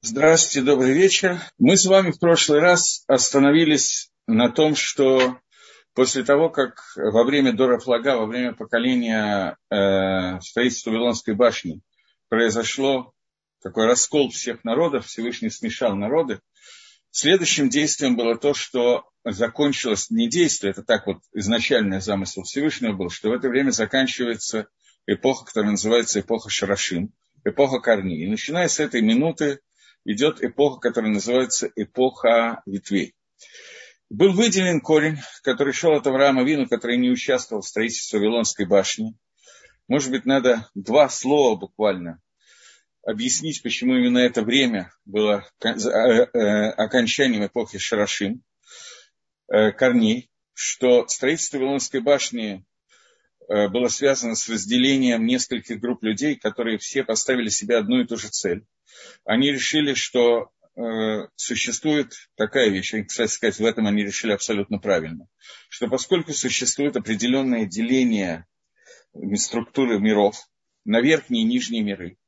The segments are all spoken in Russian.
Здравствуйте, добрый вечер. Мы с вами в прошлый раз остановились на том, что после того, как во время Дора Флага, во время поколения строительства Вавилонской башни произошло такой раскол всех народов, Всевышний смешал народы, следующим действием было то, что закончилось не действие, это так вот изначальный замысел Всевышнего был, что в это время заканчивается эпоха, которая называется эпоха Шарашим, эпоха корней. И начиная с этой минуты идет эпоха, которая называется эпоха ветвей. Был выделен корень, который шел от Авраама Авину, который не участвовал в строительстве Вавилонской башни. Может быть, надо два слова буквально объяснить, почему именно это время было окончанием эпохи Шарашим, корней, что строительство Вавилонской башни было связано с разделением нескольких групп людей, которые все поставили себе одну и ту же цель. Они решили, что существует такая вещь, и, кстати сказать, в этом они решили абсолютно правильно, что поскольку существует определенное деление структуры миров на верхние и нижние миры,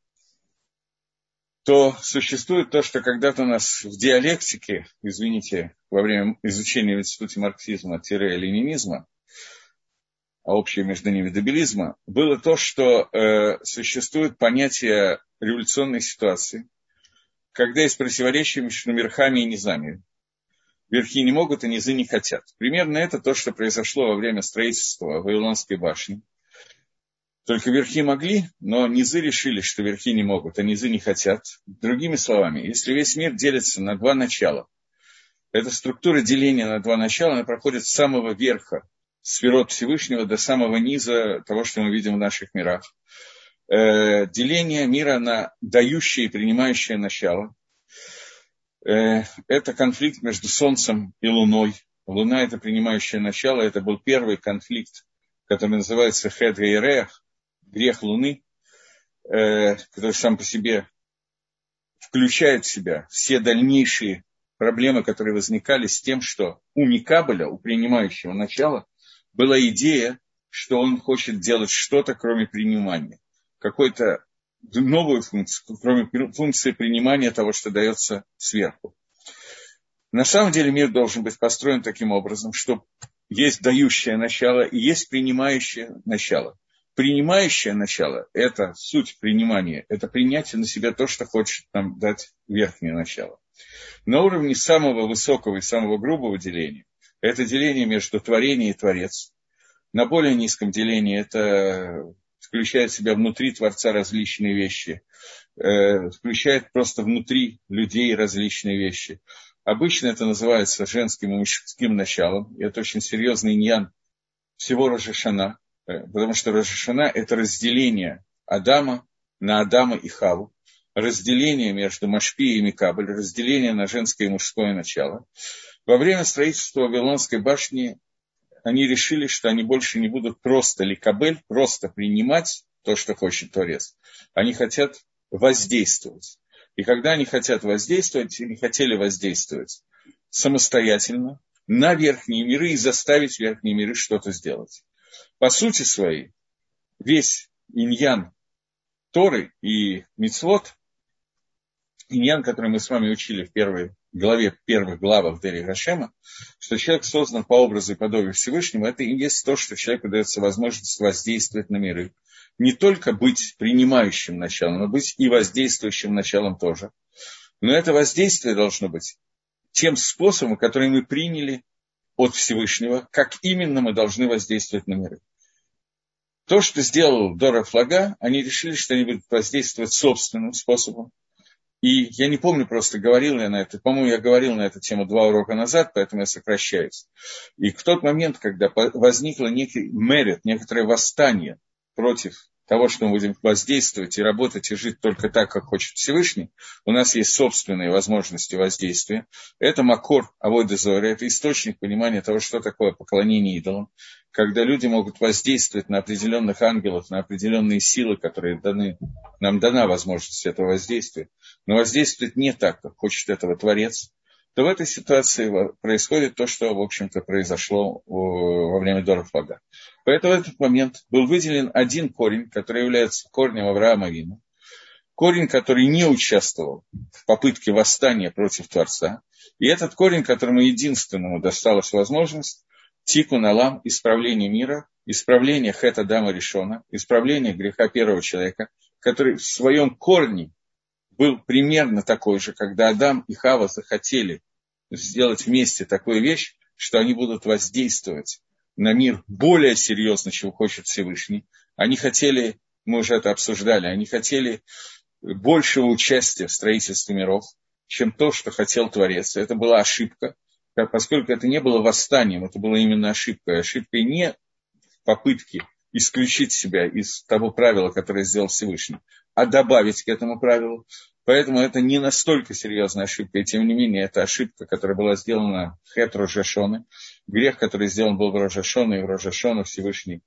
то существует то, что когда-то у нас в диалектике, извините, во время изучения в институте марксизма-ленинизма, а общее между ними добилизма, было то, что существует понятие революционной ситуации, когда есть противоречие между верхами и низами. Верхи не могут, а низы не хотят. Примерно это то, что произошло во время строительства Вавилонской башни. Только верхи могли, но низы решили, что верхи не могут, а низы не хотят. Другими словами, если весь мир делится на два начала, эта структура деления на два начала, она проходит с самого верха сферот Всевышнего до самого низа того, что мы видим в наших мирах. Деление мира на дающее и принимающее начало. Это конфликт между Солнцем и Луной. Луна – это принимающее начало. Это был первый конфликт, который называется Хет Гейреах, грех Луны, который сам по себе включает в себя все дальнейшие проблемы, которые возникали с тем, что у Микабеля, у принимающего начала, была идея, что он хочет делать что-то, кроме принимания. Какую-то новую функцию, кроме функции принимания того, что дается сверху. На самом деле мир должен быть построен таким образом, что есть дающее начало и есть принимающее начало. Принимающее начало – это суть принимания, это принятие на себя то, что хочет нам дать верхнее начало. На уровне самого высокого и самого грубого деления – это деление между творением и Творец. На более низком делении это включает в себя внутри Творца различные вещи, включает просто внутри людей различные вещи. Обычно это называется женским и мужским началом, и это очень серьезный иньян всего Рош ха-Шана, потому что Рош ха-Шана – это разделение Адама на Адама и Хаву, разделение между Машпи и Микабель, разделение на женское и мужское начало. Во время строительства Вавилонской башни они решили, что они больше не будут просто ликабель, просто принимать то, что хочет Творец. Они хотят воздействовать. И когда они хотят воздействовать, они хотели воздействовать самостоятельно на верхние миры и заставить верхние миры что-то сделать. По сути своей, весь иньян Торы и мицвот, иньян, который мы с вами учили в первой главе, первых главах Дери Гашема, что человек создан по образу и подобию Всевышнего, это и есть то, что человеку дается возможность воздействовать на миры. Не только быть принимающим началом, но быть и воздействующим началом тоже. Но это воздействие должно быть тем способом, который мы приняли от Всевышнего, как именно мы должны воздействовать на миры. То, что сделал Дора Флага, они решили, что они будут воздействовать собственным способом. И я не помню, просто говорил я на это, по-моему, я говорил на эту тему 2 урока назад, поэтому я сокращаюсь. И в тот момент, когда возникло некий мерит, некоторое восстание против того, что мы будем воздействовать и работать и жить только так, как хочет Всевышний, у нас есть собственные возможности воздействия. Это макор авойда зора, это источник понимания того, что такое поклонение идолам, когда люди могут воздействовать на определенных ангелов, на определенные силы, которые даны, нам дана возможность этого воздействия, но воздействовать не так, как хочет этого Творец, то в этой ситуации происходит то, что, в общем-то, произошло во время Дора Флага. Поэтому в этот момент был выделен один корень, который является корнем Авраама Авину. корень, который не участвовал в попытке восстания против Творца, и этот корень, которому единственному досталась возможность тикун алам, исправление мира, исправление хэт Адама Ришона, исправление греха первого человека, который в своем корне был примерно такой же, когда Адам и Хава захотели сделать вместе такую вещь, что они будут воздействовать на мир более серьезно, чем хочет Всевышний. Они хотели, мы уже это обсуждали, они хотели большего участия в строительстве миров, чем то, что хотел Творец. Это была ошибка, поскольку это не было восстанием, это была именно ошибкой. Ошибкой не в попытке исключить себя из того правила, которое сделал Всевышний, а добавить к этому правилу. Поэтому это не настолько серьезная ошибка, и тем не менее это ошибка, которая была сделана в Хет Рош ха-Шана. Грех, который сделан был в Рош ха-Шана, и в Рош ха-Шана Всевышний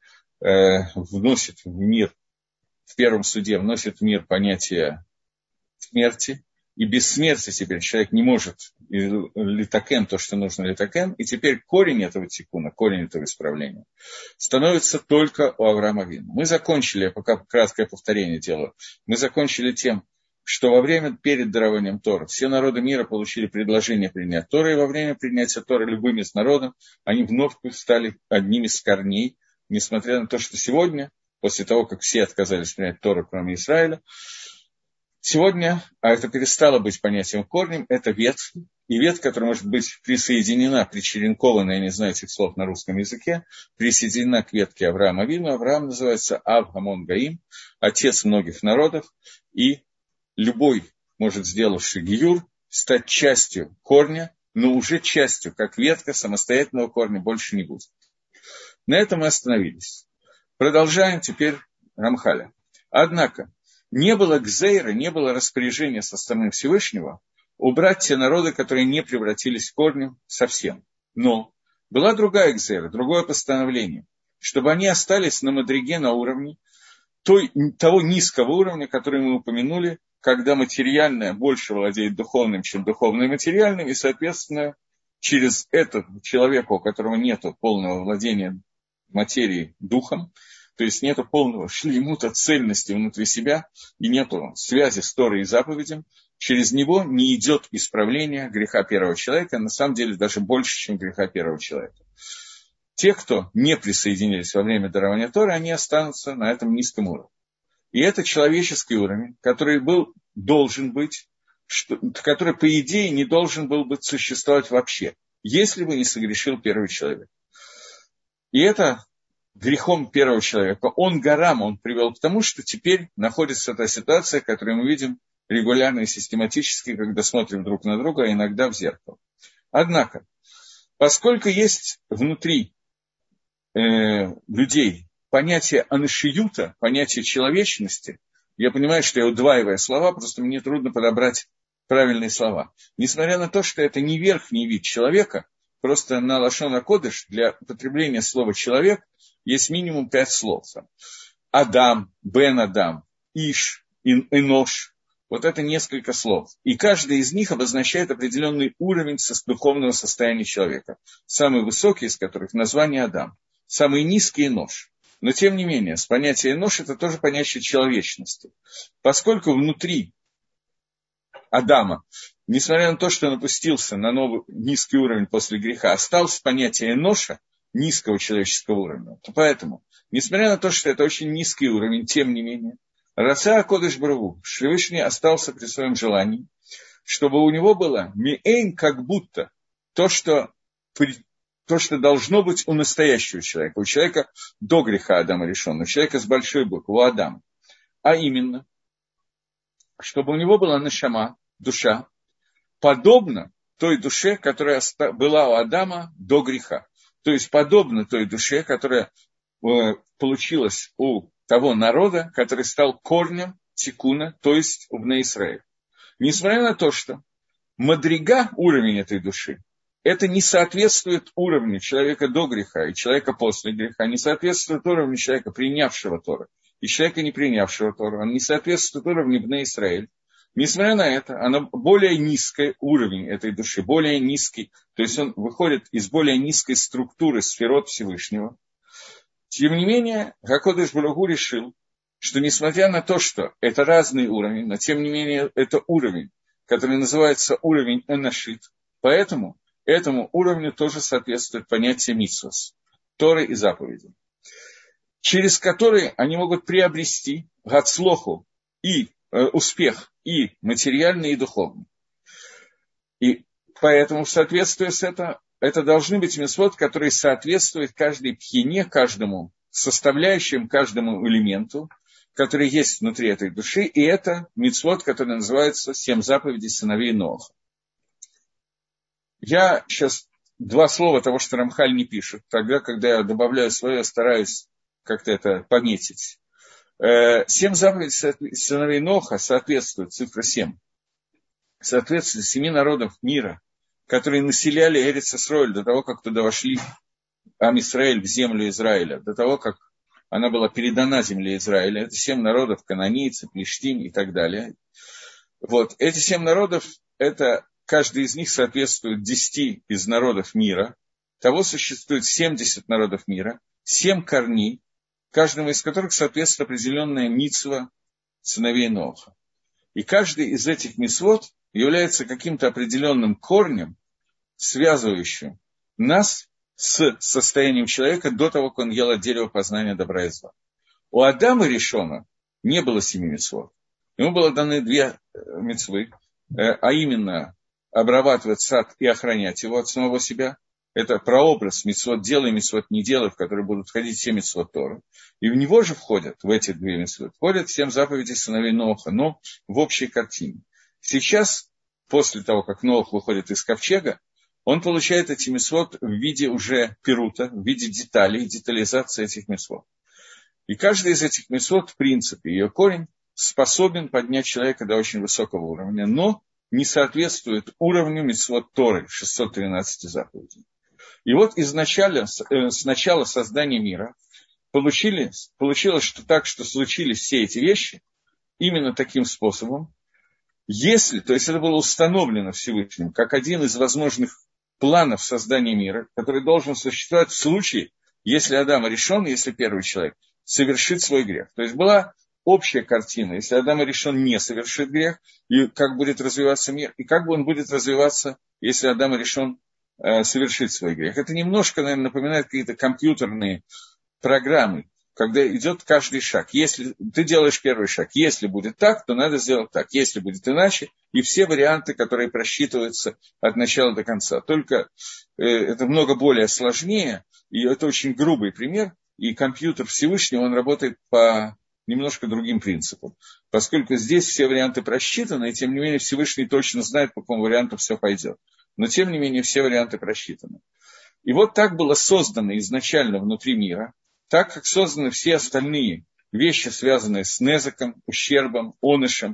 вносит в мир, в первом суде вносит в мир понятие смерти, и без смерти теперь человек не может литакен, то, что нужно литакен, и теперь корень этого тикуна, корень этого исправления становится только у Авраама Авину. Мы закончили, я пока краткое повторение делаю, мы закончили тем, что во время перед дарованием Торы все народы мира получили предложение принять Тору, и во время принятия Торы любым из народов они вновь стали одним из корней, несмотря на то, что сегодня, после того, как все отказались принять Тору, кроме Израиля, сегодня, а это перестало быть понятием корнем, это ветвь, и ветвь, которая может быть присоединена, причеренкована, я не знаю этих слов на русском языке, присоединена к ветке Авраама Авину. Авраам называется Ав Гамон Гаим, отец многих народов, и любой может, сделавший гиюр, стать частью корня, но уже частью, как ветка самостоятельного корня, больше не будет. На этом мы остановились. Продолжаем теперь Рамхаля. Однако, не было гзейра, не было распоряжения со стороны Всевышнего убрать те народы, которые не превратились в корни совсем. Но была другая гзейра, другое постановление, чтобы они остались на мадриге, на уровне того низкого уровня, который мы упомянули, когда материальное больше владеет духовным, чем духовное материальным, и, соответственно, через это человека, у которого нет полного владения материей духом, то есть нет полного шлеймута, цельности внутри себя, и нет связи с Торой и заповедям, через него не идет исправление греха первого человека, на самом деле даже больше, чем греха первого человека. Те, кто не присоединились во время дарования Торы, они останутся на этом низком уровне. И это человеческий уровень, который должен быть, который, по идее, не должен был бы существовать вообще, если бы не согрешил первый человек. И это грехом первого человека. Он привел к тому, что теперь находится та ситуация, которую мы видим регулярно и систематически, когда смотрим друг на друга, а иногда в зеркало. Однако, поскольку есть внутри людей понятие анашиюта, понятие человечности, я понимаю, что я удваиваю слова, просто мне трудно подобрать правильные слова. Несмотря на то, что это не верхний вид человека, просто на лашон а-кодеш для употребления слова «человек» есть минимум 5 слов. Адам, Бен Адам, Иш, Энош. Вот это несколько слов. И каждый из них обозначает определенный уровень духовного состояния человека. Самый высокий из которых название Адам. Самый низкий Энош. Но тем не менее, с понятием Энош это тоже понятие человечности. Поскольку внутри Адама, несмотря на то, что он опустился на новый низкий уровень после греха, осталось понятие Эноша, низкого человеческого уровня. Поэтому, несмотря на то, что это очень низкий уровень, тем не менее, Раца а-Кодеш Барух, Всевышний остался при своем желании, чтобы у него было миэйн, как будто то, что должно быть у настоящего человека, у человека до греха Адама решен, у человека с большой буквы, у Адама. А именно, чтобы у него была нешама, душа, подобно той душе, которая была у Адама до греха. То есть подобно той душе, которая получилась у того народа, который стал корнем тикуна, то есть у Бней Исраэль. Несмотря на то, что мадрига, уровень этой души, это не соответствует уровню человека до греха и человека после греха, не соответствует уровню человека, принявшего Тору, и человека, не принявшего Тору, он не соответствует уровню Бней Исраэль. Несмотря на это, она более низкий уровень этой души, более низкий, то есть он выходит из более низкой структуры сферот Всевышнего. Тем не менее, а-Кодеш Барух Ху решил, что несмотря на то, что это разный уровень, но тем не менее это уровень, который называется уровень энашит, поэтому этому уровню тоже соответствует понятие мицвос, Торы и заповеди, через которые они могут приобрести гацлоху и успех и материальный, и духовный. И поэтому в соответствии с это должны быть мицвот, которые соответствуют каждой пхине, каждому составляющим, каждому элементу, который есть внутри этой души, и это мицвот, который называется «Семь заповедей сыновей Ноаха». Я сейчас два слова того, что Рамхаль не пишет. Тогда, когда я добавляю свое, я стараюсь как-то это пометить. 7 заповедей сыновей Ноаха соответствуют, цифра 7, соответствует 7 народов мира, которые населяли Эрец Исроэль до того, как туда вошли Ам Исраэль в землю Израиля, до того, как она была передана земле Израиля. Это 7 народов, кананейцы, плештим и так далее. Вот. Эти 7 народов, это, каждый из них соответствует 10 из народов мира. Того существует 70 народов мира, 7 корней, каждому из которых соответствует определенная мицва сыновей Ноаха. И каждый из этих мицвот является каким-то определенным корнем, связывающим нас с состоянием человека до того, как он ел от дерева познания добра и зла. У Адама Ришона не было 7 мицвот. Ему было даны 2 мицвы, а именно обрабатывать сад и охранять его от самого себя. Это прообраз мицвот делай, мицвот не делай, в которые будут входить все мицвот Торы. И в него же входят, в эти 2 мицвот, входят 7 заповедей сыновей Ноаха, но в общей картине. Сейчас, после того, как Ноах выходит из ковчега, он получает эти мицвот в виде уже пирута, в виде деталей, детализации этих мицвот. И каждый из этих мицвот, в принципе, ее корень, способен поднять человека до очень высокого уровня, но не соответствует уровню мицвот Торы, 613 заповедей. И вот изначально, с начала создания мира, получилось, что так, что случились все эти вещи именно таким способом, если, то есть это было установлено Всевышним, как один из возможных планов создания мира, который должен существовать в случае, если Адам решен, если первый человек совершит свой грех. То есть была общая картина, если Адам решен не совершит грех, и как будет развиваться мир, и как бы он будет развиваться, если Адам решен совершить свой грех. Это немножко, наверное, напоминает какие-то компьютерные программы, когда идет каждый шаг. Если ты делаешь первый шаг, если будет так, то надо сделать так. Если будет иначе, и все варианты, которые просчитываются от начала до конца. Только это много более сложнее, и это очень грубый пример, и компьютер Всевышнего, он работает по немножко другим принципам. Поскольку здесь все варианты просчитаны, и тем не менее Всевышний точно знает, по какому варианту все пойдет. Но тем не менее все варианты просчитаны. И вот так было создано изначально внутри мира, так как созданы все остальные вещи, связанные с незаком, ущербом, онышем,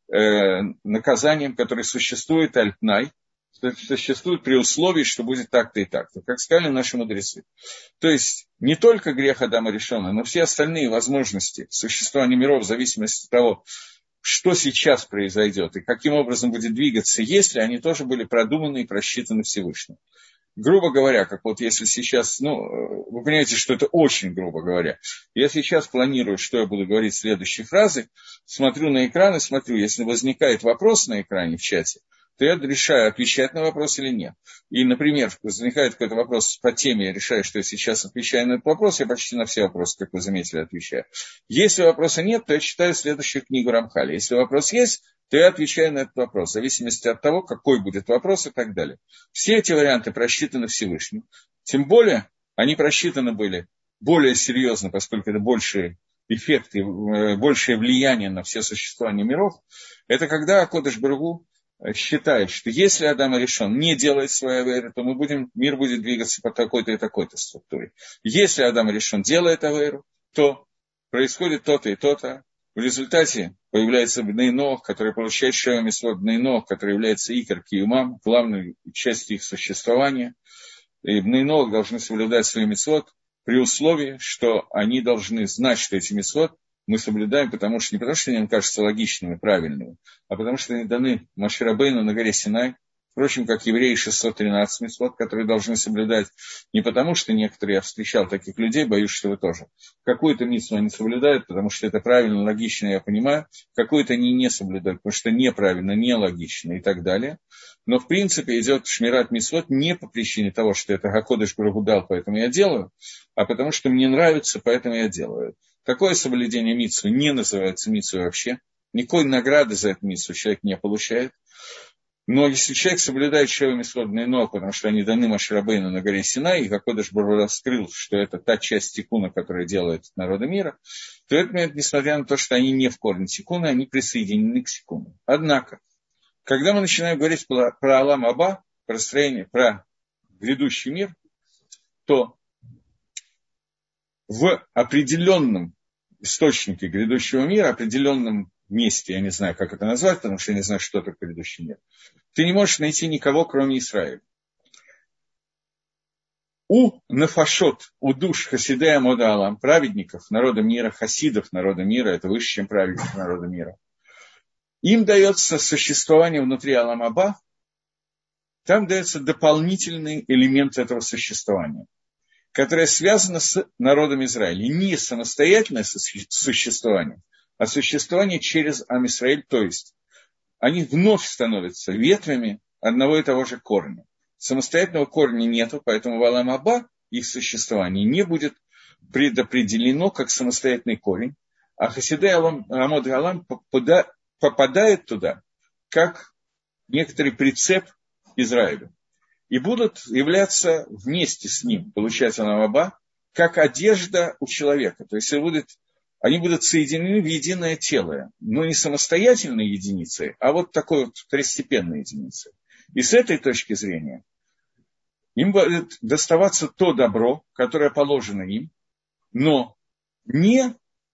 наказанием, которое существует альтнай, существует при условии, что будет так-то и так-то, как сказали наши мудрецы. То есть не только грех Адама решен, но все остальные возможности существования миров в зависимости от того, что сейчас произойдет и каким образом будет двигаться, если они тоже были продуманы и просчитаны Всевышним. Грубо говоря, как вот если сейчас, вы понимаете, что это очень грубо говоря. Я сейчас планирую, что я буду говорить в следующей фразе, смотрю на экран и смотрю, если возникает вопрос на экране в чате, то я решаю, отвечать на вопрос или нет. И, например, возникает какой-то вопрос по теме, я решаю, что я сейчас отвечаю на этот вопрос, я почти на все вопросы, как вы заметили, отвечаю. Если вопроса нет, то я читаю следующую книгу Рамхаля. Если вопрос есть, то я отвечаю на этот вопрос, в зависимости от того, какой будет вопрос и так далее. Все эти варианты просчитаны Всевышним. Тем более, они просчитаны были более серьезно, поскольку это большие эффекты, большее влияние на все существование миров. Это когда Акодыш Барух Ху считает, что если Адам решен не делает своей авейры, то мир будет двигаться по такой-то и такой-то структуре. Если Адам решен делает авейру, то происходит то-то и то-то. В результате появляется Бней Ноах, который получает Шева Мицвот Бней Ноах, который является Икар Киумам, главной частью их существования. И Бней Ноах должны соблюдать свои мицвот при условии, что они должны знать, что эти мицвот мы соблюдаем, не потому что они нам кажутся логичными, правильными, а потому что они даны Моше Рабейну на горе Синай впрочем, как евреи 613 мицвот, которые должны соблюдать, не потому что некоторые, я встречал таких людей, боюсь, что вы тоже, какую-то мицву они соблюдают, потому что это правильно, логично, я понимаю, какую-то они не соблюдают, потому что неправильно, нелогично и так далее. Но, в принципе, идет шмират мицвот не по причине того, что это Гакодеш Барух Hu дал, поэтому я делаю, а потому что мне нравится, поэтому я делаю. Такое соблюдение мицвы не называется мицвой вообще. Никакой награды за эту мицву человек не получает. Но если человек соблюдает шева мицвот бней-Ноах, потому что они даны Моше Рабейну на горе Синай, и Гакодеш Барух Hu раскрыл, что это та часть тикуна, которая делает народы мира, то это, несмотря на то, что они не в корне тикуна, они присоединены к тикуну. Однако, когда мы начинаем говорить про Алам Аба, про строение, про грядущий мир, то в определенном источнике грядущего мира, определенном месте, я не знаю, как это назвать, потому что я не знаю, что такое грядущий мир, ты не можешь найти никого, кроме Израиля. У нафашот, у душ Хасидей Амода Алам, праведников народа мира, хасидов народа мира, это выше, чем праведников народа мира, им дается существование внутри Алам Аба, там дается дополнительный элемент этого существования, которое связано с народом Израиля. Не самостоятельное существование, а существование через Ам Исраэль, то есть они вновь становятся ветвями одного и того же корня. Самостоятельного корня нету, поэтому в Алам Аба их существование не будет предопределено как самостоятельный корень, а Хасидей Амод Галам попадает туда как некоторый прицеп Израилю. И будут являться вместе с ним, получать Алам Аба, как одежда у человека. То есть они будут соединены в единое тело, но не самостоятельной единицей, а вот такой вот второстепенной единицей. И с этой точки зрения им будет доставаться то добро, которое положено им, но не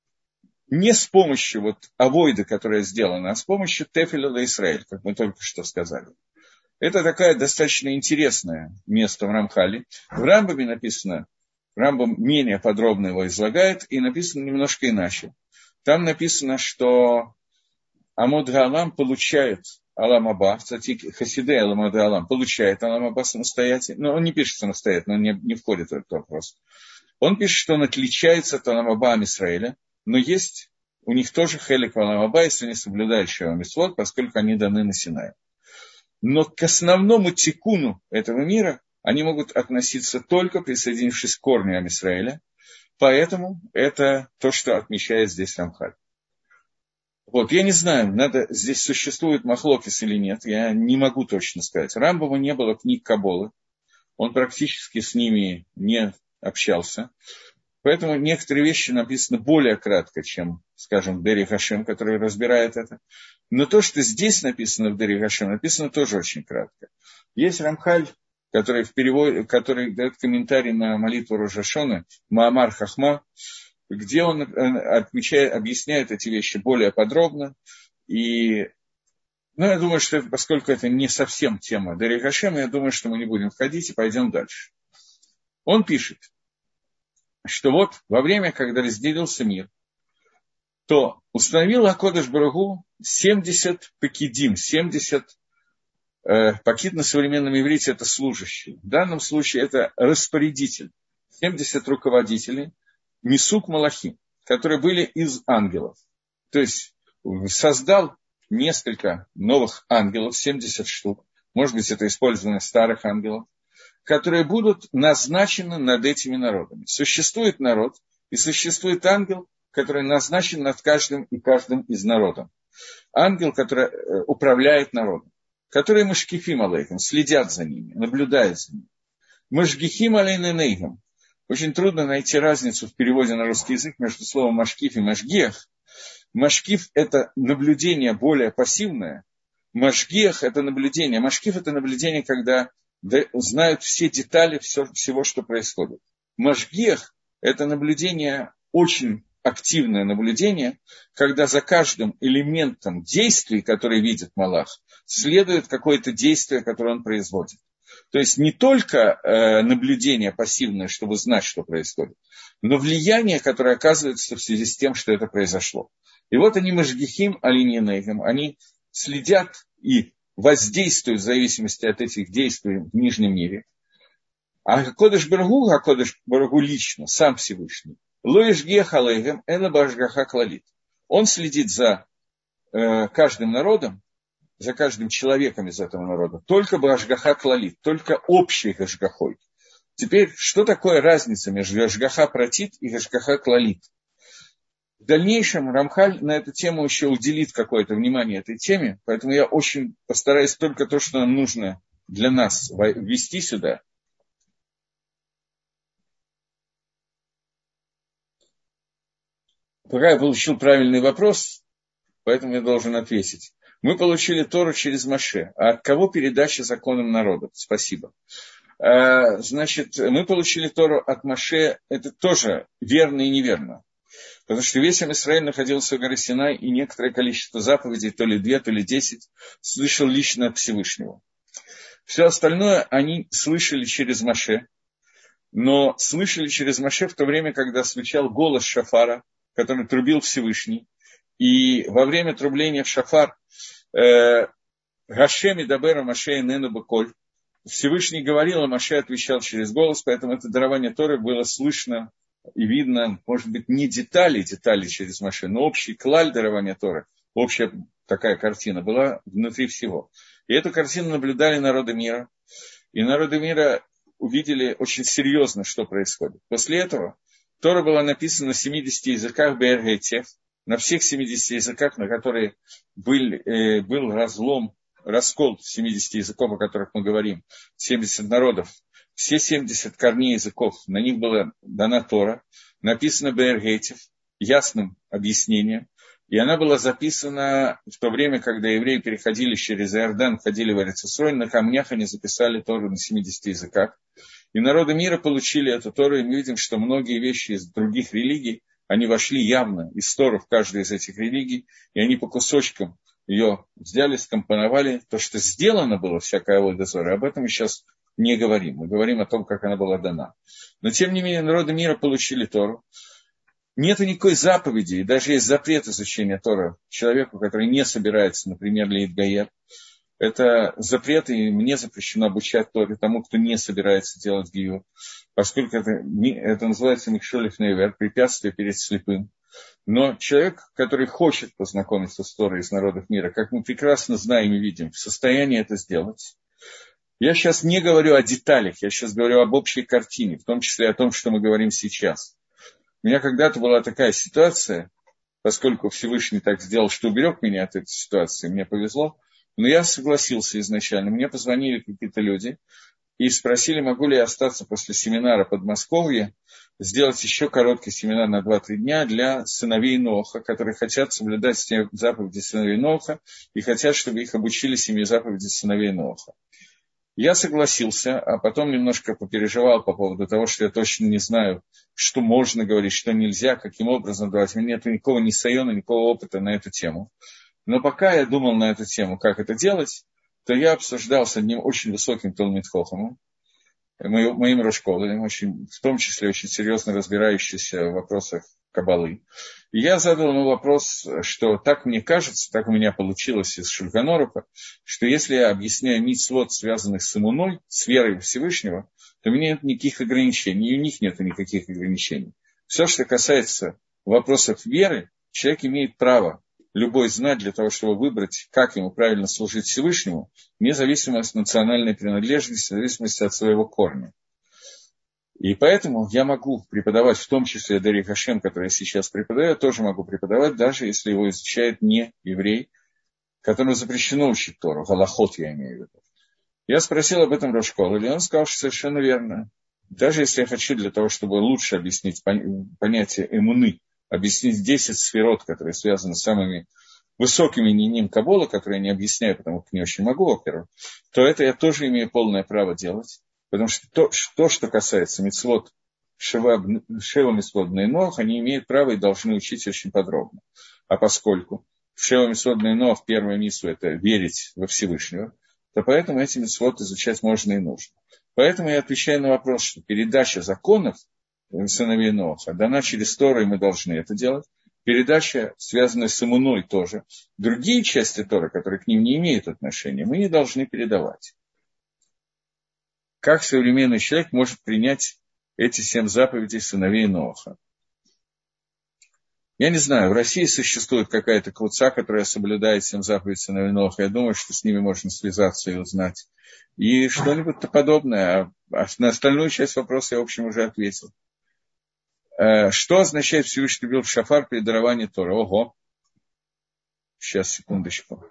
с помощью вот авойды, которая сделана, а с помощью Тефиля ла Исраэль, как мы только что сказали. Это такое достаточно интересное место в Рамхале. В Рамбаме написано, Рамбам менее подробно его излагает, и написано немножко иначе. Там написано, что Амод Галам получает Алам Аба, кстати, Хасидей Амод Галам получает Алам Аба самостоятельно, но он не пишет самостоятельно, он не входит в этот вопрос. Он пишет, что он отличается от Алам Аба Ам Исраэля, но есть у них тоже хелек в Алам Аба, если они соблюдают шева мицвот, поскольку они даны на Синае. Но к основному тикуну этого мира они могут относиться только присоединившись к корню Ам Исраэля, поэтому это то, что отмечает здесь Рамхаль. Вот, я не знаю, здесь существует махлокис или нет, я не могу точно сказать. Рамбама не было книг Каболы, он практически с ними не общался, поэтому некоторые вещи написаны более кратко, чем, скажем, Дери Хашем, который разбирает это. Но то, что здесь написано в Дери Хашем, написано тоже очень кратко. Есть Рамхаль, который дает комментарий на молитву Рош ха-Шана, Маамар Хахма, где он объясняет эти вещи более подробно. И я думаю, что поскольку это не совсем тема Дери Хашем, я думаю, что мы не будем входить и пойдем дальше. Он пишет, что вот во время, когда разделился мир, то установил Акодеш Барух Ху 70 пекидим, 70 пакид на современном иврите это служащий. В данном случае это распорядитель. 70 руководителей, Мисук Малахим, которые были из ангелов. То есть создал несколько новых ангелов, 70 штук. Может быть, это использование старых ангелов, которые будут назначены над этими народами. Существует народ и существует ангел, который назначен над каждым и каждым из народов. Ангел, который управляет народом. Которые машгихим алейхим, следят за ними, наблюдают за ними. Машгихим алейненейхим. Очень трудно найти разницу в переводе на русский язык между словом машгиф и машгиах. Машгиф – это наблюдение более пассивное. Машгиах – это наблюдение. Машгиф – это наблюдение, когда знают все детали всего, что происходит. Машгиах – это наблюдение, очень активное наблюдение, когда за каждым элементом действий, которые видит Малах, следует какое-то действие, которое он производит. То есть не только наблюдение пассивное, чтобы знать, что происходит, но влияние, которое оказывается в связи с тем, что это произошло. И вот они машгихим алиньянейхим, они следят и воздействуют в зависимости от этих действий в нижнем мире. А Кодеш Барагу лично, сам Всевышний, Лоиш Гехалейгем, Эла Башгаха Клалит. Он следит за каждым народом, за каждым человеком из этого народа, только Башгаха Клалит, только общей Гашгахой. Теперь, что такое разница между Гашгаха Пратит и Гашгаха Клалит? В дальнейшем Рамхаль на эту тему еще уделит какое-то внимание этой теме, поэтому я очень постараюсь только то, что нам нужно для нас ввести сюда. Пока я получил правильный вопрос, поэтому я должен ответить. Мы получили Тору через Моше. А от кого передача законам народа? Спасибо. Значит, мы получили Тору от Моше. Это тоже верно и неверно. Потому что весь Израиль находился в горе Синай, и некоторое количество заповедей, то ли 2, то ли 10, слышал лично от Всевышнего. Все остальное они слышали через Моше. Но слышали через Моше в то время, когда звучал голос шафара, который трубил Всевышний. И во время трубления в шафар Гашеми Дабера Моше Энену Беколь Всевышний говорил, а Моше отвечал через голос, поэтому это дарование Торы было слышно и видно, может быть, не детали через Моше, но общий клаль дарования Торы, общая такая картина была внутри всего. И эту картину наблюдали народы мира, и народы мира увидели очень серьезно, что происходит. После этого Тора была написана на 70 языках Беэр-Гейтев, на всех 70 языках, на которые был раскол 70 языков, о которых мы говорим, 70 народов, все 70 корней языков, на них была дана Тора, написана Беэр-Гейтев, ясным объяснением, и она была записана в то время, когда евреи переходили через Иордан, входили в Эрец-Исроэль, на камнях они записали Тору на 70 языках. И народы мира получили эту Тору, и мы видим, что многие вещи из других религий, они вошли явно из Торы в каждую из этих религий, и они по кусочкам ее взяли, скомпоновали. То, что сделано было, всякая авойда зора, об этом мы сейчас не говорим. Мы говорим о том, как она была дана. Но, тем не менее, народы мира получили Тору. Нет никакой заповеди, и даже есть запрет изучения Торы человеку, который не собирается, например, леит гаер. Это запрет, и мне запрещено обучать Торе тому, кто не собирается делать гиюр, поскольку это называется микшолев нейвер, препятствие перед слепым. Но человек, который хочет познакомиться с Торой из народов мира, как мы прекрасно знаем и видим, в состоянии это сделать. Я сейчас не говорю о деталях, я сейчас говорю об общей картине, в том числе о том, что мы говорим сейчас. У меня когда-то была такая ситуация, поскольку Всевышний так сделал, что уберег меня от этой ситуации, мне повезло, но я согласился изначально. Мне позвонили какие-то люди и спросили, могу ли я остаться после семинара в Подмосковье, сделать еще короткий семинар на 2-3 дня для сыновей Ноха, которые хотят соблюдать заповеди сыновей Ноха и хотят, чтобы их обучили 7 заповедей сыновей Ноха. Я согласился, а потом немножко попереживал по поводу того, что я точно не знаю, что можно говорить, что нельзя, каким образом давать. У меня нет никакого нисайона, никакого опыта на эту тему. Но пока я думал на эту тему, как это делать, то я обсуждал с одним очень высоким Талмид Хохамом, моим Рошколом, в том числе очень серьезно разбирающийся в вопросах Каббалы. И я задал ему вопрос, что так мне кажется, так у меня получилось из Шульхан Аруха, что если я объясняю мицвот, связанных с иммуной, с верой Всевышнего, то у меня нет никаких ограничений, и у них нет никаких ограничений. Все, что касается вопросов веры, человек имеет право любой знать для того, чтобы выбрать, как ему правильно служить Всевышнему, вне зависимости от национальной принадлежности, в зависимости от своего корня. И поэтому я могу преподавать, в том числе Дарья Хашем, который я сейчас преподаю, я тоже могу преподавать, даже если его изучает не еврей, которому запрещено учить Тору, галахот я имею в виду. Я спросил об этом Рошкола, и он сказал, что совершенно верно. Даже если я хочу для того, чтобы лучше объяснить понятие эмуны, объяснить 10 сферот, которые связаны с самыми высокими ниним Кабола, которые я не объясняю, потому что не очень могу, во-первых, то это я тоже имею полное право делать. Потому что то, что касается мицвот, шева мицвот бней Ноах, они имеют право и должны учить очень подробно. А поскольку шева мицвот бней Ноах, первая мицва, это верить во Всевышнего, то поэтому эти мицвот изучать можно и нужно. Поэтому я отвечаю на вопрос, что передача законов сыновей Ноаха дана через Тору, и мы должны это делать. передача, связанная с иммуной тоже. Другие части Торы, которые к ним не имеют отношения, мы не должны передавать. Как современный человек может принять эти 7 заповедей сыновей Ноаха? Я не знаю, в России существует какая-то квуца, которая соблюдает 7 заповедей сыновей Ноаха. Я думаю, что с ними можно связаться и узнать. И что-нибудь подобное. А на остальную часть вопроса я, в общем, уже ответил. Что означает Всевышний бил в шафар при даровании Торы? Ого. Сейчас, секундочку.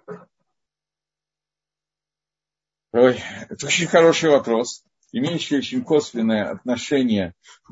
Ой, это очень хороший вопрос, имеющий очень косвенное отношение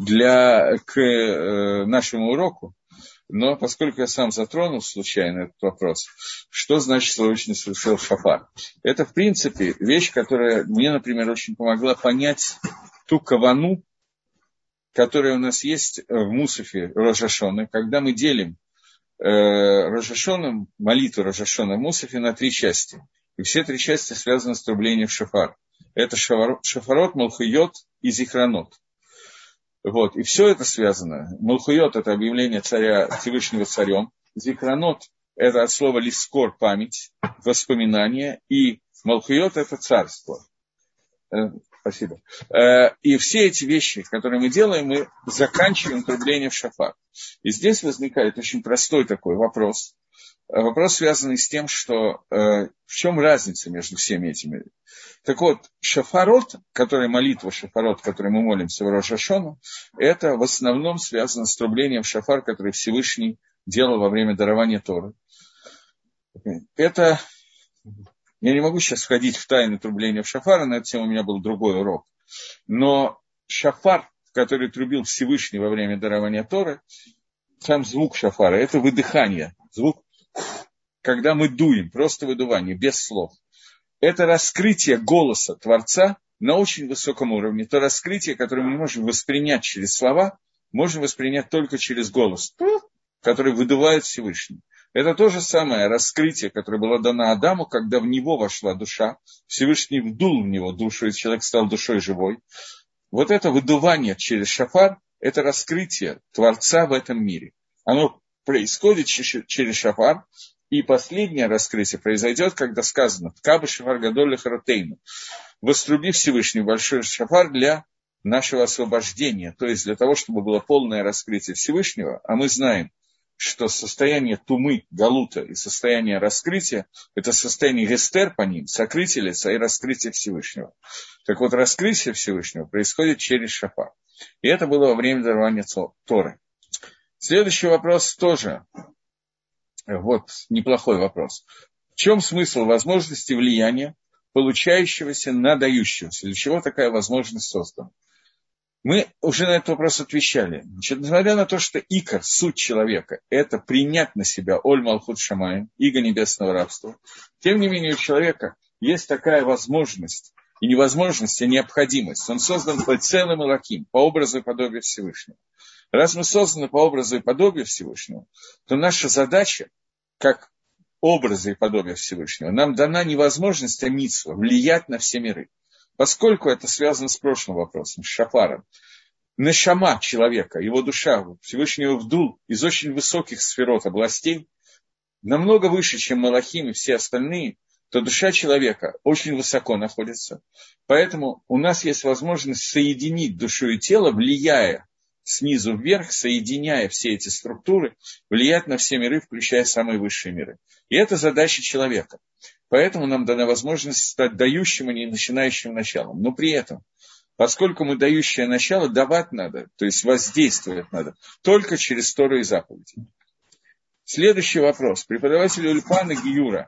к нашему уроку. Но поскольку я сам затронул случайно этот вопрос, что значит Всевышний совершил шафар? Это, в принципе, вещь, которая мне, например, очень помогла понять ту кавану, которая у нас есть в Мусафе Рош ха-Шана, когда мы делим Рош ха-Шана, молитву Рош ха-Шана в Мусафе на 3 части. И все 3 части связаны с трублением в шафар. Это шафарот, малхуйот и зихранот. Вот. И все это связано. Малхуйот – это объявление царя, Всевышнего царем. Зихранот – это от слова лискор – память, воспоминание. И малхуйот – это царство. Спасибо. И все эти вещи, которые мы делаем, мы заканчиваем трубление в шафар. И здесь возникает очень простой такой вопрос. Вопрос, связанный с тем, что в чем разница между всеми этими. Так вот, шафарот, молитва шафарот, которой мы молимся в Рош ха-Шана, это в основном связано с трублением в шафар, который Всевышний делал во время дарования Торы. Это... Я не могу сейчас входить в тайны трубления в шафар, на эту тему у меня был другой урок. Но шафар, который трубил Всевышний во время дарования Торы, сам звук шафара, это выдыхание. Звук, когда мы дуем, просто выдувание, без слов. Это раскрытие голоса Творца на очень высоком уровне. То раскрытие, которое мы не можем воспринять через слова, можем воспринять только через голос, который выдувает Всевышний. Это то же самое раскрытие, которое было дано Адаму, когда в него вошла душа. Всевышний вдул в него душу, и человек стал душой живой. Вот это выдувание через шафар, это раскрытие Творца в этом мире. Оно происходит через шафар, и последнее раскрытие произойдет, когда сказано «Ткабы шафар гадоль лехаротейну», «Воструби Всевышний большой шафар для нашего освобождения», то есть для того, чтобы было полное раскрытие Всевышнего, а мы знаем, что состояние тумы, галута и состояние раскрытия – это состояние гестер по ним, сокрытие лица и раскрытие Всевышнего. Так вот, раскрытие Всевышнего происходит через шафар. И это было во время дарования Торы. Следующий вопрос тоже, вот, неплохой вопрос. В чем смысл возможности влияния, получающегося на дающегося? Для чего такая возможность создана? Мы уже на этот вопрос отвечали. Значит, несмотря на то, что икор, суть человека, это принять на себя оль малхут шамаим, иго небесного рабства, тем не менее у человека есть такая возможность, и не возможность, а необходимость. Он создан по целым элоким, по образу и подобию Всевышнего. Раз мы созданы по образу и подобию Всевышнего, то наша задача, как образа и подобия Всевышнего, нам дана не возможность, а мицва, влиять на все миры. Поскольку это связано с прошлым вопросом, с шафаром, нешама человека, его душа, Всевышний его вдул из очень высоких сферот областей, намного выше, чем Малахим и все остальные, то душа человека очень высоко находится. Поэтому у нас есть возможность соединить душу и тело, влияя снизу вверх, соединяя все эти структуры, влиять на все миры, включая самые высшие миры. И это задача человека. Поэтому нам дана возможность стать дающим, а не начинающим началом. Но при этом, поскольку мы дающее начало, давать надо, то есть воздействовать надо, только через Тору и заповеди. Следующий вопрос. Преподаватели Ульпана Гиюра.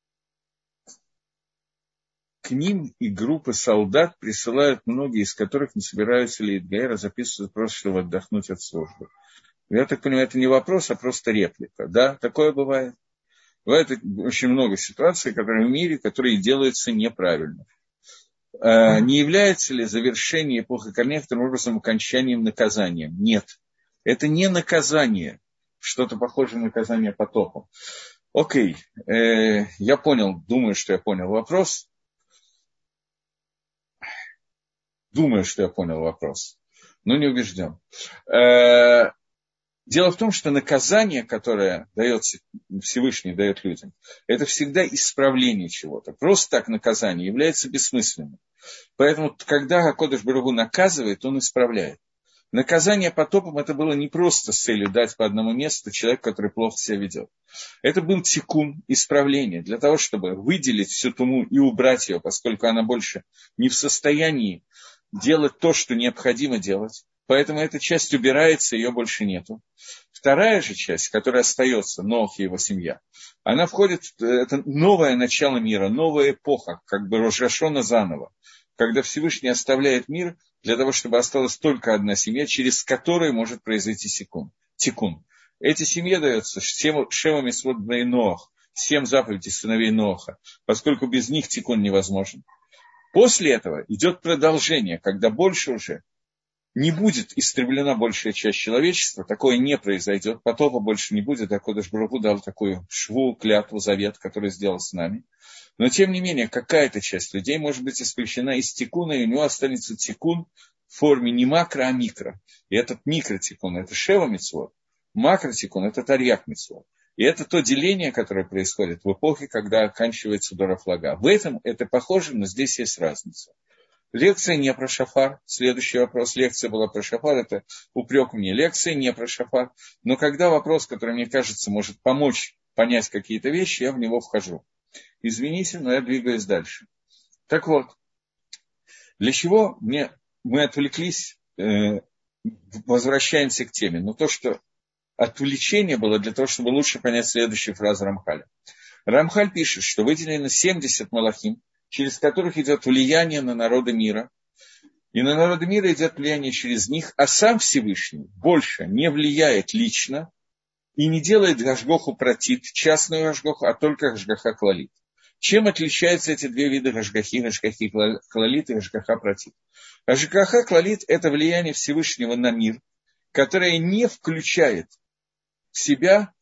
К ним и группы солдат присылают многие, из которых не собираются ли Эдгаэра записывать просто, чтобы отдохнуть от службы. Я так понимаю, это не вопрос, а просто реплика. Да, такое бывает. Бывает очень много ситуаций, которые в мире, которые делаются неправильно. Не является ли завершение эпохи корней вторым образом окончанием наказанием? Нет. Это не наказание, что-то похожее на наказание потопом. Окей, я понял, думаю, что я понял вопрос. Думаю, что я понял вопрос, но не убежден. Дело в том, что наказание, которое дается, Всевышний дает людям, это всегда исправление чего-то. Просто так наказание является бессмысленным. Поэтому, когда Акодыш Барух Ху наказывает, он исправляет. Наказание потопом это было не просто с целью дать по одному месту человеку, который плохо себя ведет. Это был тикун, исправление, для того, чтобы выделить всю туму и убрать ее, поскольку она больше не в состоянии делать то, что необходимо делать. Поэтому эта часть убирается, ее больше нету. Вторая же часть, которая остается, Ноах и его семья, она входит, это новое начало мира, новая эпоха, как бы Рош ха-Шана заново, когда Всевышний оставляет мир для того, чтобы осталась только одна семья, через которую может произойти тикун. Эти семьи даются Шема Мицвот бней Ноах, 7 заповедей сыновей Ноаха, поскольку без них тикун невозможен. После этого идет продолжение, когда больше уже не будет истреблена большая часть человечества, такое не произойдет, потопа больше не будет, Акодыш Барух Ху дал такую шву, клятву, завет, который сделал с нами. Но, тем не менее, какая-то часть людей может быть исключена из тикуна, и у него останется тикун в форме не макро, а микро. И этот микротикун – это шева мицвот, макротикун – это тарьяк мицвот. И это то деление, которое происходит в эпохе, когда оканчивается Дора флага. В этом это похоже, но здесь есть разница. Лекция не про шафар. Следующий вопрос. Лекция была про шафар. Это упрек мне. Лекция не про шафар. Но когда вопрос, который, мне кажется, может помочь понять какие-то вещи, я в него вхожу. Извините, но я двигаюсь дальше. Так вот, для чего мы отвлеклись, возвращаемся к теме. Но то, что отвлечение было для того, чтобы лучше понять следующую фразу Рамхаля. Рамхаль пишет, что выделено 70 малахим, через которых идет влияние на народы мира. И на народы мира идет влияние через них, а сам Всевышний больше не влияет лично и не делает гашгоху протит, частную гашгоху, а только гашгаха клалит. Чем отличаются эти две вида гашгахи клалит и гашгаха протит? Гашгаха клалит – это влияние Всевышнего на мир, которое не включает в себя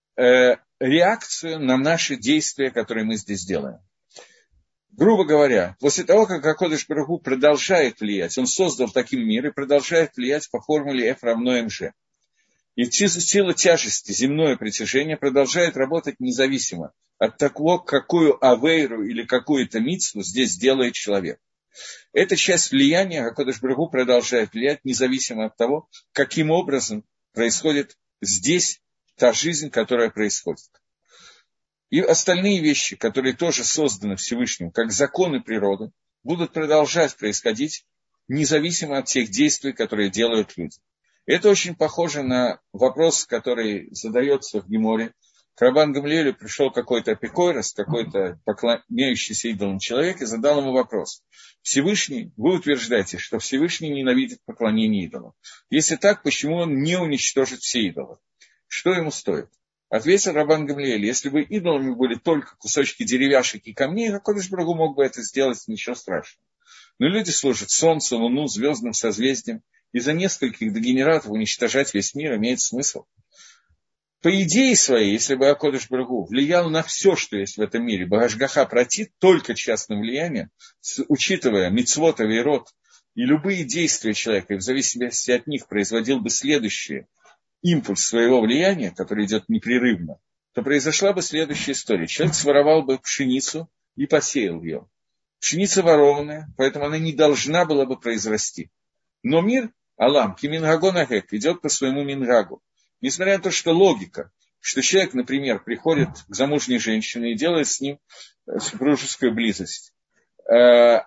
реакцию на наши действия, которые мы здесь делаем. Грубо говоря, после того, как Акодыш Барух Ху продолжает влиять, он создал таким мир и продолжает влиять по формуле F равно МЖ. И сила тяжести, земное притяжение продолжает работать независимо от того, какую авейру или какую-то мицву здесь делает человек. Эта часть влияния Акодыш Барух Ху продолжает влиять независимо от того, каким образом происходит здесь та жизнь, которая происходит. И остальные вещи, которые тоже созданы Всевышним, как законы природы, будут продолжать происходить независимо от тех действий, которые делают люди. Это очень похоже на вопрос, который задается в Геморе. К Рабан Гамлиэлю пришел какой-то апикойрос, какой-то поклоняющийся идолам человек, и задал ему вопрос. Всевышний, вы утверждаете, что Всевышний ненавидит поклонение идолам. Если так, почему он не уничтожит все идолы? Что ему стоит? Ответил Рабан Гамлиэль, если бы идолами были только кусочки деревяшек и камней, Акодыш Барух Ху мог бы это сделать, ничего страшного. Но люди служат Солнцу, Луну, звездным созвездиям, и за нескольких дегенератов уничтожать весь мир имеет смысл. По идее своей, если бы Акодыш Барух Ху влиял на все, что есть в этом мире, Гашгаха протит только частным влиянием, учитывая мицвот, авейрот и любые действия человека, и в зависимости от них производил бы следующие импульс своего влияния, который идет непрерывно, то произошла бы следующая история. Человек своровал бы пшеницу и посеял ее. Пшеница ворованная, поэтому она не должна была бы произрасти. Но мир, Алам, кимингагу нагек, идет по своему мингагу. Несмотря на то, что логика, что человек, например, приходит к замужней женщине и делает с ним супружескую близость. И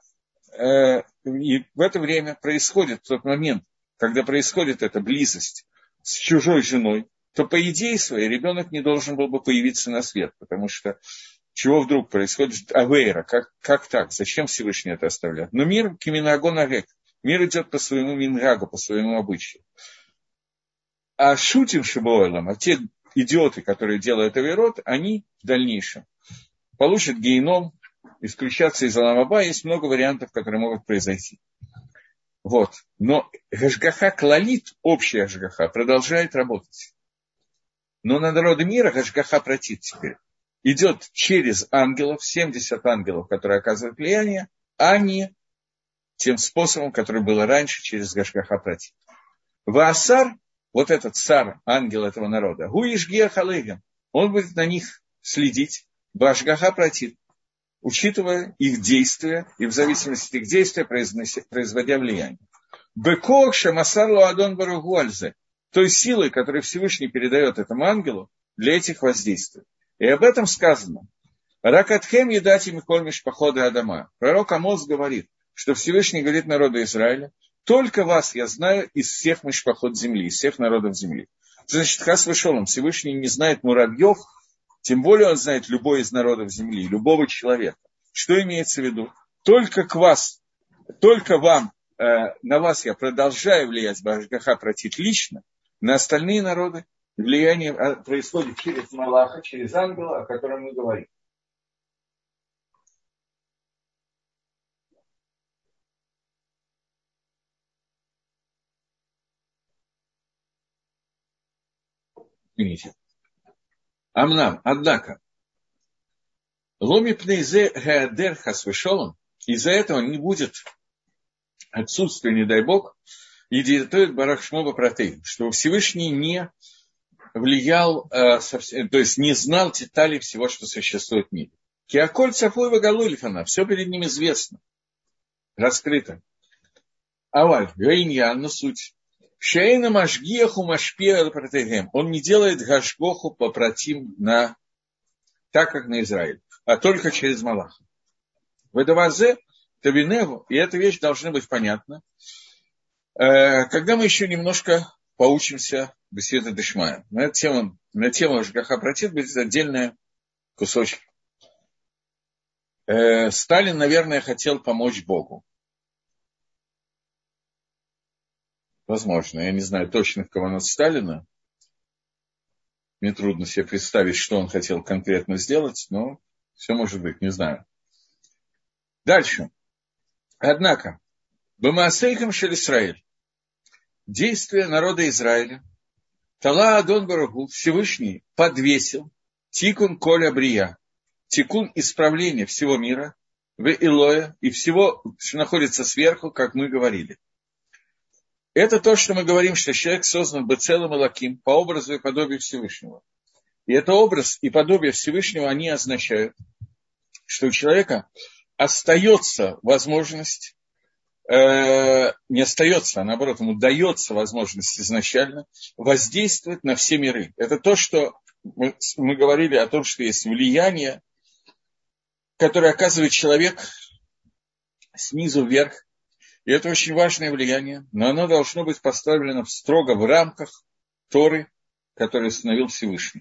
в это время происходит, в тот момент, когда происходит эта близость с чужой женой, то по идее своей ребенок не должен был бы появиться на свет, потому что чего вдруг происходит авейра, как так, зачем Всевышний это оставляет? Но мир киминагу нагек, мир идет по своему мингагу, по своему обычаю. А шутим шибоэлам, а те идиоты, которые делают авейрот, они в дальнейшем получат гейном, исключаться из Аламаба, есть много вариантов, которые могут произойти. Вот. Но Гашгаха клалит, общая Гашгаха, продолжает работать. Но на народы мира Гашгаха протит теперь. Идет через ангелов, 70 ангелов, которые оказывают влияние, а не тем способом, который был раньше, через Гашгаха протит. Ваасар вот этот царь, ангел этого народа, гуишгия халейгам, он будет на них следить, башгаха протит, учитывая их действия и в зависимости от их действия производя влияние. Бекох шамасарлу адон баругу альзе, той силой, которую Всевышний передает этому ангелу для этих воздействий. И об этом сказано. Ракатхем едати миколь мишпахода Адама. Пророк Амос говорит, что Всевышний говорит народу Израиля, только вас я знаю из всех мишпаход земли, из всех народов земли. Значит, хас вышел, Всевышний не знает муравьев, тем более он знает любой из народов земли, любого человека. Что имеется в виду? Только к вас, только вам, на вас я продолжаю влиять, башгаха протит лично, на остальные народы влияние происходит через Малаха, через ангела, о котором мы говорим. Извините. Амнам, однако, ломи пнейзе гаадер хасвешолом, из-за этого не будет отсутствия, не дай бог, и диетует барахшмова протей, что Всевышний не влиял, то есть не знал деталей всего, что существует в мире. Киаколь цафуй вагалулифана, все перед ним известно, раскрыто. Аваль, гайньян, но суть. Шейна машгиаху машпиа протегем. Он не делает гашгоху попротим так, как на Израиль, а только через Малаха. Ведавазе тавиневу, и эта вещь должна быть понятна, когда мы еще немножко поучимся беседы Дешмая. На тему Ашгаха протит будет отдельный кусочек. Сталин, наверное, хотел помочь Богу. Возможно, я не знаю точных каванот Сталина. Мне трудно себе представить, что он хотел конкретно сделать, но все может быть, не знаю. Дальше. Однако, бамаасейхам шель Исраэль. Действия народа Израиля. Тала Адон Баругу, Всевышний, подвесил тикун коля брия. Тикун исправления всего мира, в Илоя, и всего, что находится сверху, как мы говорили. Это то, что мы говорим, что человек создан бецелым и лаким по образу и подобию Всевышнего. И это образ и подобие Всевышнего, они означают, что у человека остается возможность, не остается, а наоборот, ему дается возможность изначально воздействовать на все миры. Это то, что мы говорили о том, что есть влияние, которое оказывает человек снизу вверх. И это очень важное влияние, но оно должно быть поставлено строго в рамках Торы, которую установил Всевышний.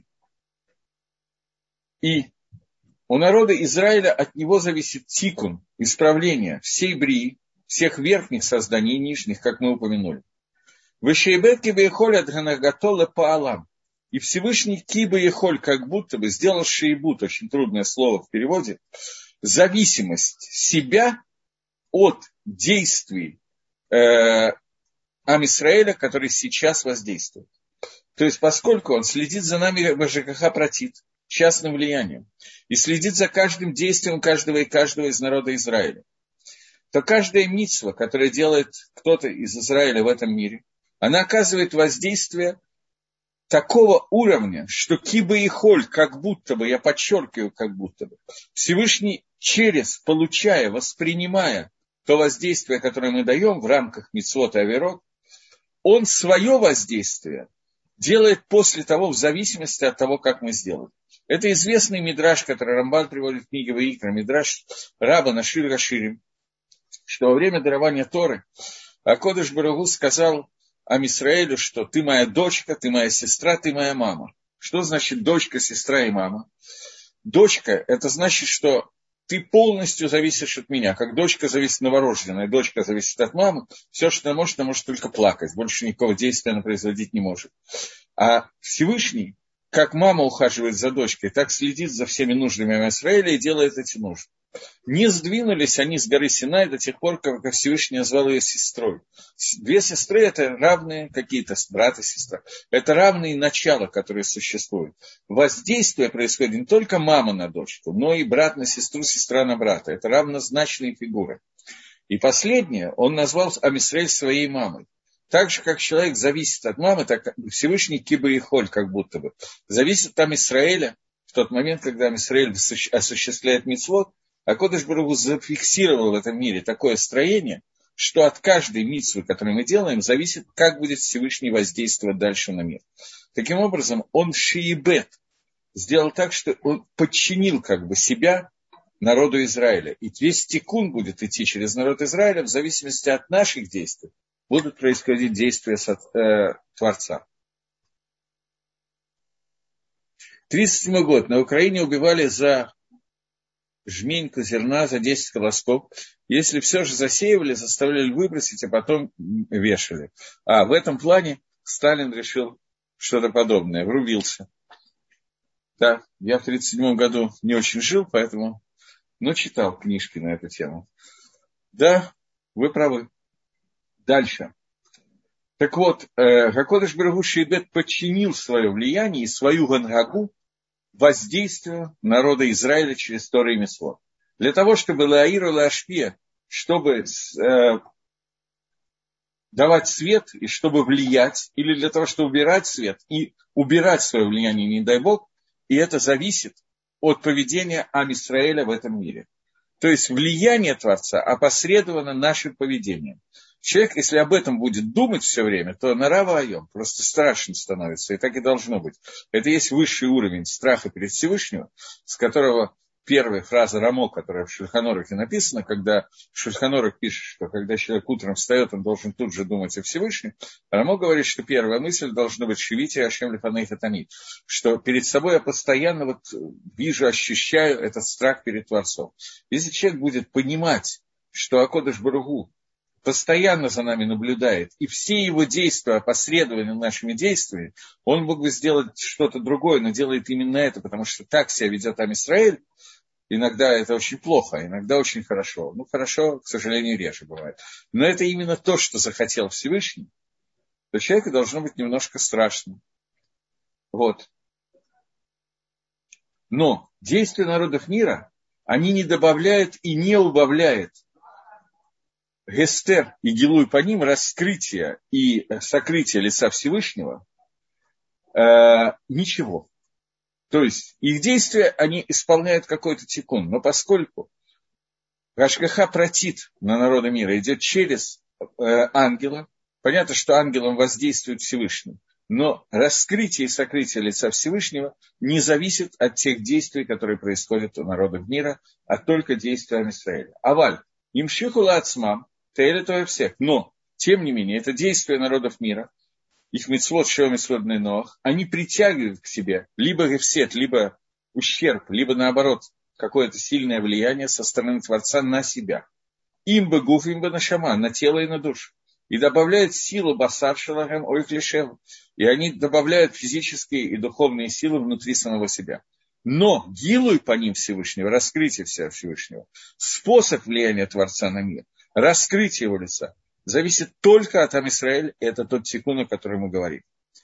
И у народа Израиля от него зависит тикун, исправление всей брии, всех верхних созданий и нижних, как мы упомянули. Вышейбет кибеехоль адганагатоле паалам. И Всевышний кибеехоль как будто бы сделал шейбут, очень трудное слово в переводе, зависимость себя от действий Ам-Исраэля, который сейчас воздействует. То есть, поскольку он следит за нами башгаха протит, частным влиянием, и следит за каждым действием каждого из народа Израиля, то каждая мицва, которую делает кто-то из Израиля в этом мире, она оказывает воздействие такого уровня, что киба и холь, как будто бы, я подчеркиваю, как будто бы, Всевышний получая, воспринимая то воздействие, которое мы даем в рамках мицвот и аверот, он свое воздействие делает после того, в зависимости от того, как мы сделали. Это известный мидраш, который Рамбан приводит в книге Ваикра, мидраш Раба Нашир Раширим, что во время дарования Торы Акодыш Баругу сказал Ам-Исраэлю, что ты моя дочка, ты моя сестра, ты моя мама. Что значит дочка, сестра и мама? Дочка – это значит, что ты полностью зависишь от меня. Как дочка зависит новорожденная, дочка зависит от мамы. Все, что она может только плакать. Больше никакого действия она производить не может. А Всевышний, как мама ухаживает за дочкой, так следит за всеми нуждами Израиля и делает эти нужды. Не сдвинулись они с горы Синай до тех пор, как Всевышний назвал ее сестрой. Две сестры – это равные какие-то, брат и сестра. Это равные начала, которые существуют. Воздействие происходит не только мама на дочку, но и брат на сестру, сестра на брата. Это равнозначные фигуры. И последнее, он назвал Ам-Исраэль своей мамой. Так же, как человек зависит от мамы, так Всевышний Киба и Холь, как будто бы. Зависит от Израиля в тот момент, когда Израиль осуществляет мицвот, а Кодеш Барух Ху зафиксировал в этом мире такое строение, что от каждой мицвы, которую мы делаем, зависит, как будет Всевышний воздействовать дальше на мир. Таким образом, он шиебет сделал так, что он подчинил как бы себя народу Израиля. И весь тикун будет идти через народ Израиля в зависимости от наших действий. Будут происходить действия Творца. 37-й год. На Украине убивали за жменьку зерна, за 10 колосков. Если все же засеивали, заставляли выбросить, а потом вешали. А в этом плане Сталин решил что-то подобное, врубился. Да, я в 1937 году не очень жил, поэтому, читал книжки на эту тему. Да, вы правы. Дальше. Так вот, Гакодеш Барух Ху Шиебет подчинил свое влияние и свою гангагу воздействию народа Израиля через Тору и Мицвот. Для того, чтобы Лаиру Лашпия, чтобы давать свет и чтобы влиять, или для того, чтобы убирать свет и убирать свое влияние, не дай Бог, и это зависит от поведения Ам Исраэля в этом мире. То есть влияние Творца опосредовано нашим поведением. Человек, если об этом будет думать все время, то нарава айом, просто страшно становится, и так и должно быть. Это есть высший уровень страха перед Всевышним, с которого первая фраза Рамо, которая в Шульхан Орухе написана, когда Шульхан Орух пишет, что когда человек утром встает, он должен тут же думать о Всевышнем, Рамо говорит, что первая мысль должна быть «Шивити Ашем лефаней хатанит», что перед собой я постоянно вижу, ощущаю этот страх перед Творцом. Если человек будет понимать, что Акодеш Барух Ху постоянно за нами наблюдает, и все его действия опосредованы нашими действиями, он мог бы сделать что-то другое, но делает именно это, потому что так себя ведет Ам Исраэль. Иногда это очень плохо, иногда очень хорошо. Хорошо, к сожалению, реже бывает. Но это именно то, что захотел Всевышний, то человеку должно быть немножко страшно. Вот. Но действия народов мира, они не добавляют и не убавляют Гестер и Гилуй по ним, раскрытие и сокрытие лица Всевышнего, ничего. То есть их действия, они исполняют какой-то тикун. Но поскольку Ашгаха протит на народы мира идет через ангела, понятно, что ангелом воздействует Всевышний. Но раскрытие и сокрытие лица Всевышнего не зависит от тех действий, которые происходят у народов мира, а только действия Ам Исраэля. Аваль, им шихула ацмам, Таэля то всех. Но, тем не менее, это действия народов мира, их мицвот, шео мицвот бней Ноах, они притягивают к себе либо гефсет, либо ущерб, либо наоборот, какое-то сильное влияние со стороны Творца на себя. Им бы гуф, им бы на шама, на тело и на душу. И добавляют силу басар шалахем ойх лишев. И они добавляют физические и духовные силы внутри самого себя. Но гилуй по ним Всевышнего, раскрытие Всевышнего, способ влияния Творца на мир, раскрытие его лица, зависит только от Ам Исраэль, это тот тикун, о котором мы говорим.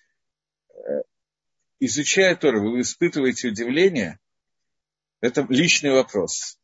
Изучая Тору, вы испытываете удивление? Это личный вопрос.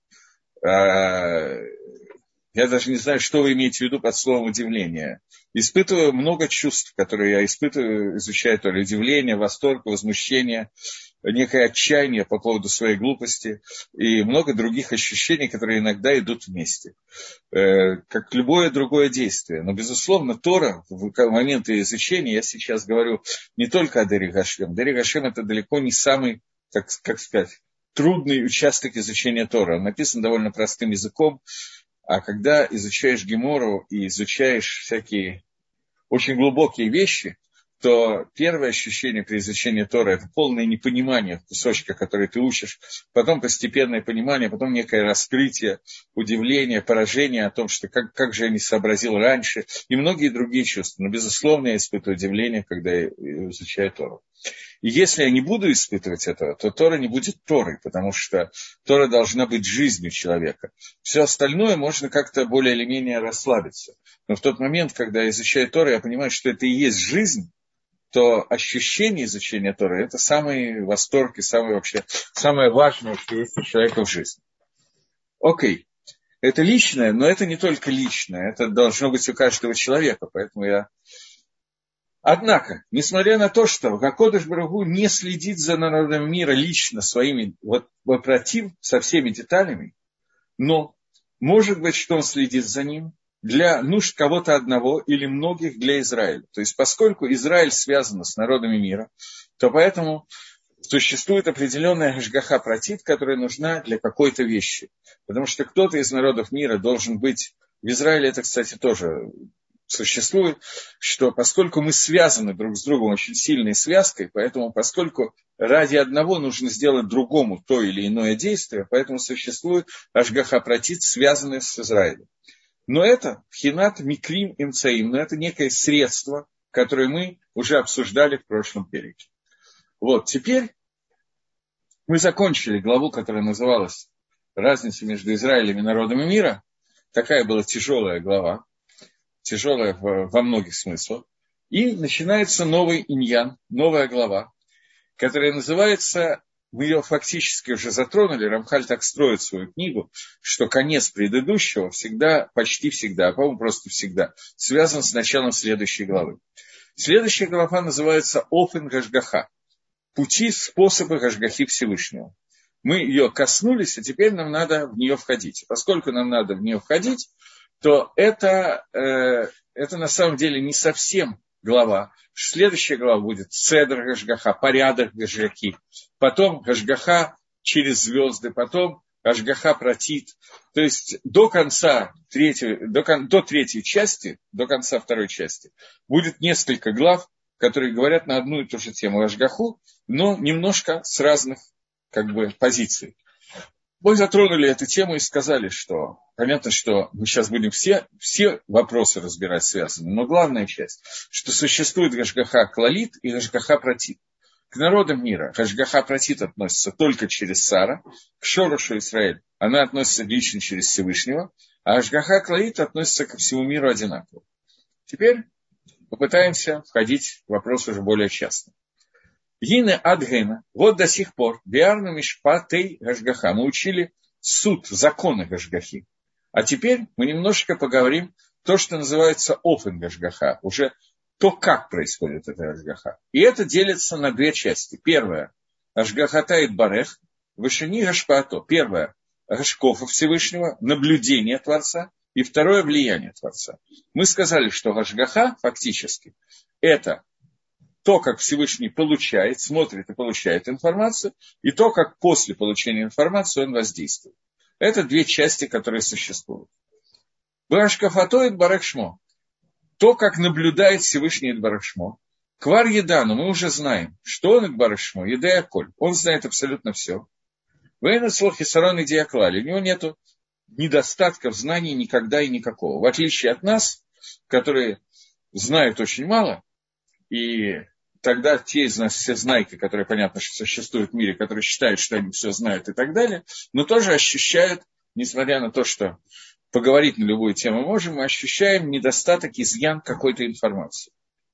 Я даже не знаю, что вы имеете в виду под словом удивление. Испытываю много чувств, которые я испытываю, изучая Тору. Удивление, восторг, возмущение, некое отчаяние по поводу своей глупости и много других ощущений, которые иногда идут вместе. Как любое другое действие. Но, безусловно, Тора в моменты изучения, я сейчас говорю не только о Дерих Гашем. Дерих Гашем это далеко не самый, как сказать, трудный участок изучения Тора. Он написан довольно простым языком. А когда изучаешь Гемору и изучаешь всякие очень глубокие вещи, то первое ощущение при изучении Торы – это полное непонимание кусочка, который ты учишь, потом постепенное понимание, потом некое раскрытие, удивление, поражение о том, что как же я не сообразил раньше, и многие другие чувства. Но, безусловно, я испытываю удивление, когда я изучаю Тору. И если я не буду испытывать этого, то Тора не будет Торой, потому что Тора должна быть жизнью человека. Все остальное можно как-то более или менее расслабиться. Но в тот момент, когда я изучаю Тору, я понимаю, что это и есть жизнь, то ощущение изучения Торы – это самый восторг и самое важное, что есть у человека в жизни. Окей. Это личное, но это не только личное. Это должно быть у каждого человека. Поэтому я Однако, несмотря на то, что Акодыш Барух Ху не следит за народом мира лично своими, вопротив, со всеми деталями, но может быть, что он следит за ним для нужд кого-то одного или многих для Израиля. То есть, поскольку Израиль связан с народами мира, то поэтому существует определенная ашгаха пратит, которая нужна для какой-то вещи. Потому что кто-то из народов мира должен быть... В Израиле это, кстати, тоже существует, что поскольку мы связаны друг с другом очень сильной связкой, поэтому поскольку ради одного нужно сделать другому то или иное действие, поэтому существует ашгаха пратит, связанная с Израилем. Но это пхинат микрим имцаим, но это некое средство, которое мы уже обсуждали в прошлом периоде. Вот, теперь мы закончили главу, которая называлась «Разница между Израилем и народами мира». Такая была тяжелая глава, тяжелая во многих смыслах. И начинается новый иньян, новая глава, которая называется, мы ее фактически уже затронули, Рамхаль так строит свою книгу, что конец предыдущего всегда, почти всегда, а по-моему просто всегда, связан с началом следующей главы. Следующая глава называется «Офен Гашгаха». Пути, способы Гашгахи Всевышнего. Мы ее коснулись, и теперь нам надо в нее входить. Поскольку нам надо в нее входить, то это на самом деле не совсем глава. Следующая глава будет Седр Гашгаха, порядок Гашгахи. Потом Гашгаха через звезды, потом Гашгаха Пратит. То есть до конца до третьей части, до конца второй части, будет несколько глав, которые говорят на одну и ту же тему Ашгаху, но немножко с разных позиций. Мы затронули эту тему и сказали, что понятно, что мы сейчас будем все вопросы разбирать связанные, но главная часть, что существует Гашгаха Клалит и Гашгаха Пратит. К народам мира Гашгаха Пратит относится только через Сара, к Шорошу Исраэль она относится лично через Всевышнего, а Гашгаха Клалит относится ко всему миру одинаково. Теперь попытаемся входить в вопрос уже более часто. Гине адгена, вот до сих пор, биарну мишпатей Гашгаха, мы учили суд, законы Гашгахи. А теперь мы немножечко поговорим то, что называется офен Гашгаха, уже то, как происходит эта Гашгаха. И это делится на две части. Первая, Ашгахата Идбарех, вышини Гашпаато. Первая, Гашкофа Всевышнего, наблюдение Творца. И второе, влияние Творца. Мы сказали, что Гашгаха фактически это то, как Всевышний получает, смотрит и получает информацию, и то, как после получения информации он воздействует. Это две части, которые существуют. Башкафато и Барахшмо. То, как наблюдает Всевышний Барахшмо. Квар Едану, мы уже знаем, что он Барахшмо, Едея Коль. Он знает абсолютно все. Вейна Слохи Сарон и Диаклали. У него нету недостатков знаний никогда и никакого. В отличие от нас, которые знают очень мало, и тогда те из нас, все знайки, которые, понятно, что существуют в мире, которые считают, что они все знают и так далее, но тоже ощущают, несмотря на то, что поговорить на любую тему можем, мы ощущаем недостаток, изъян какой-то информации.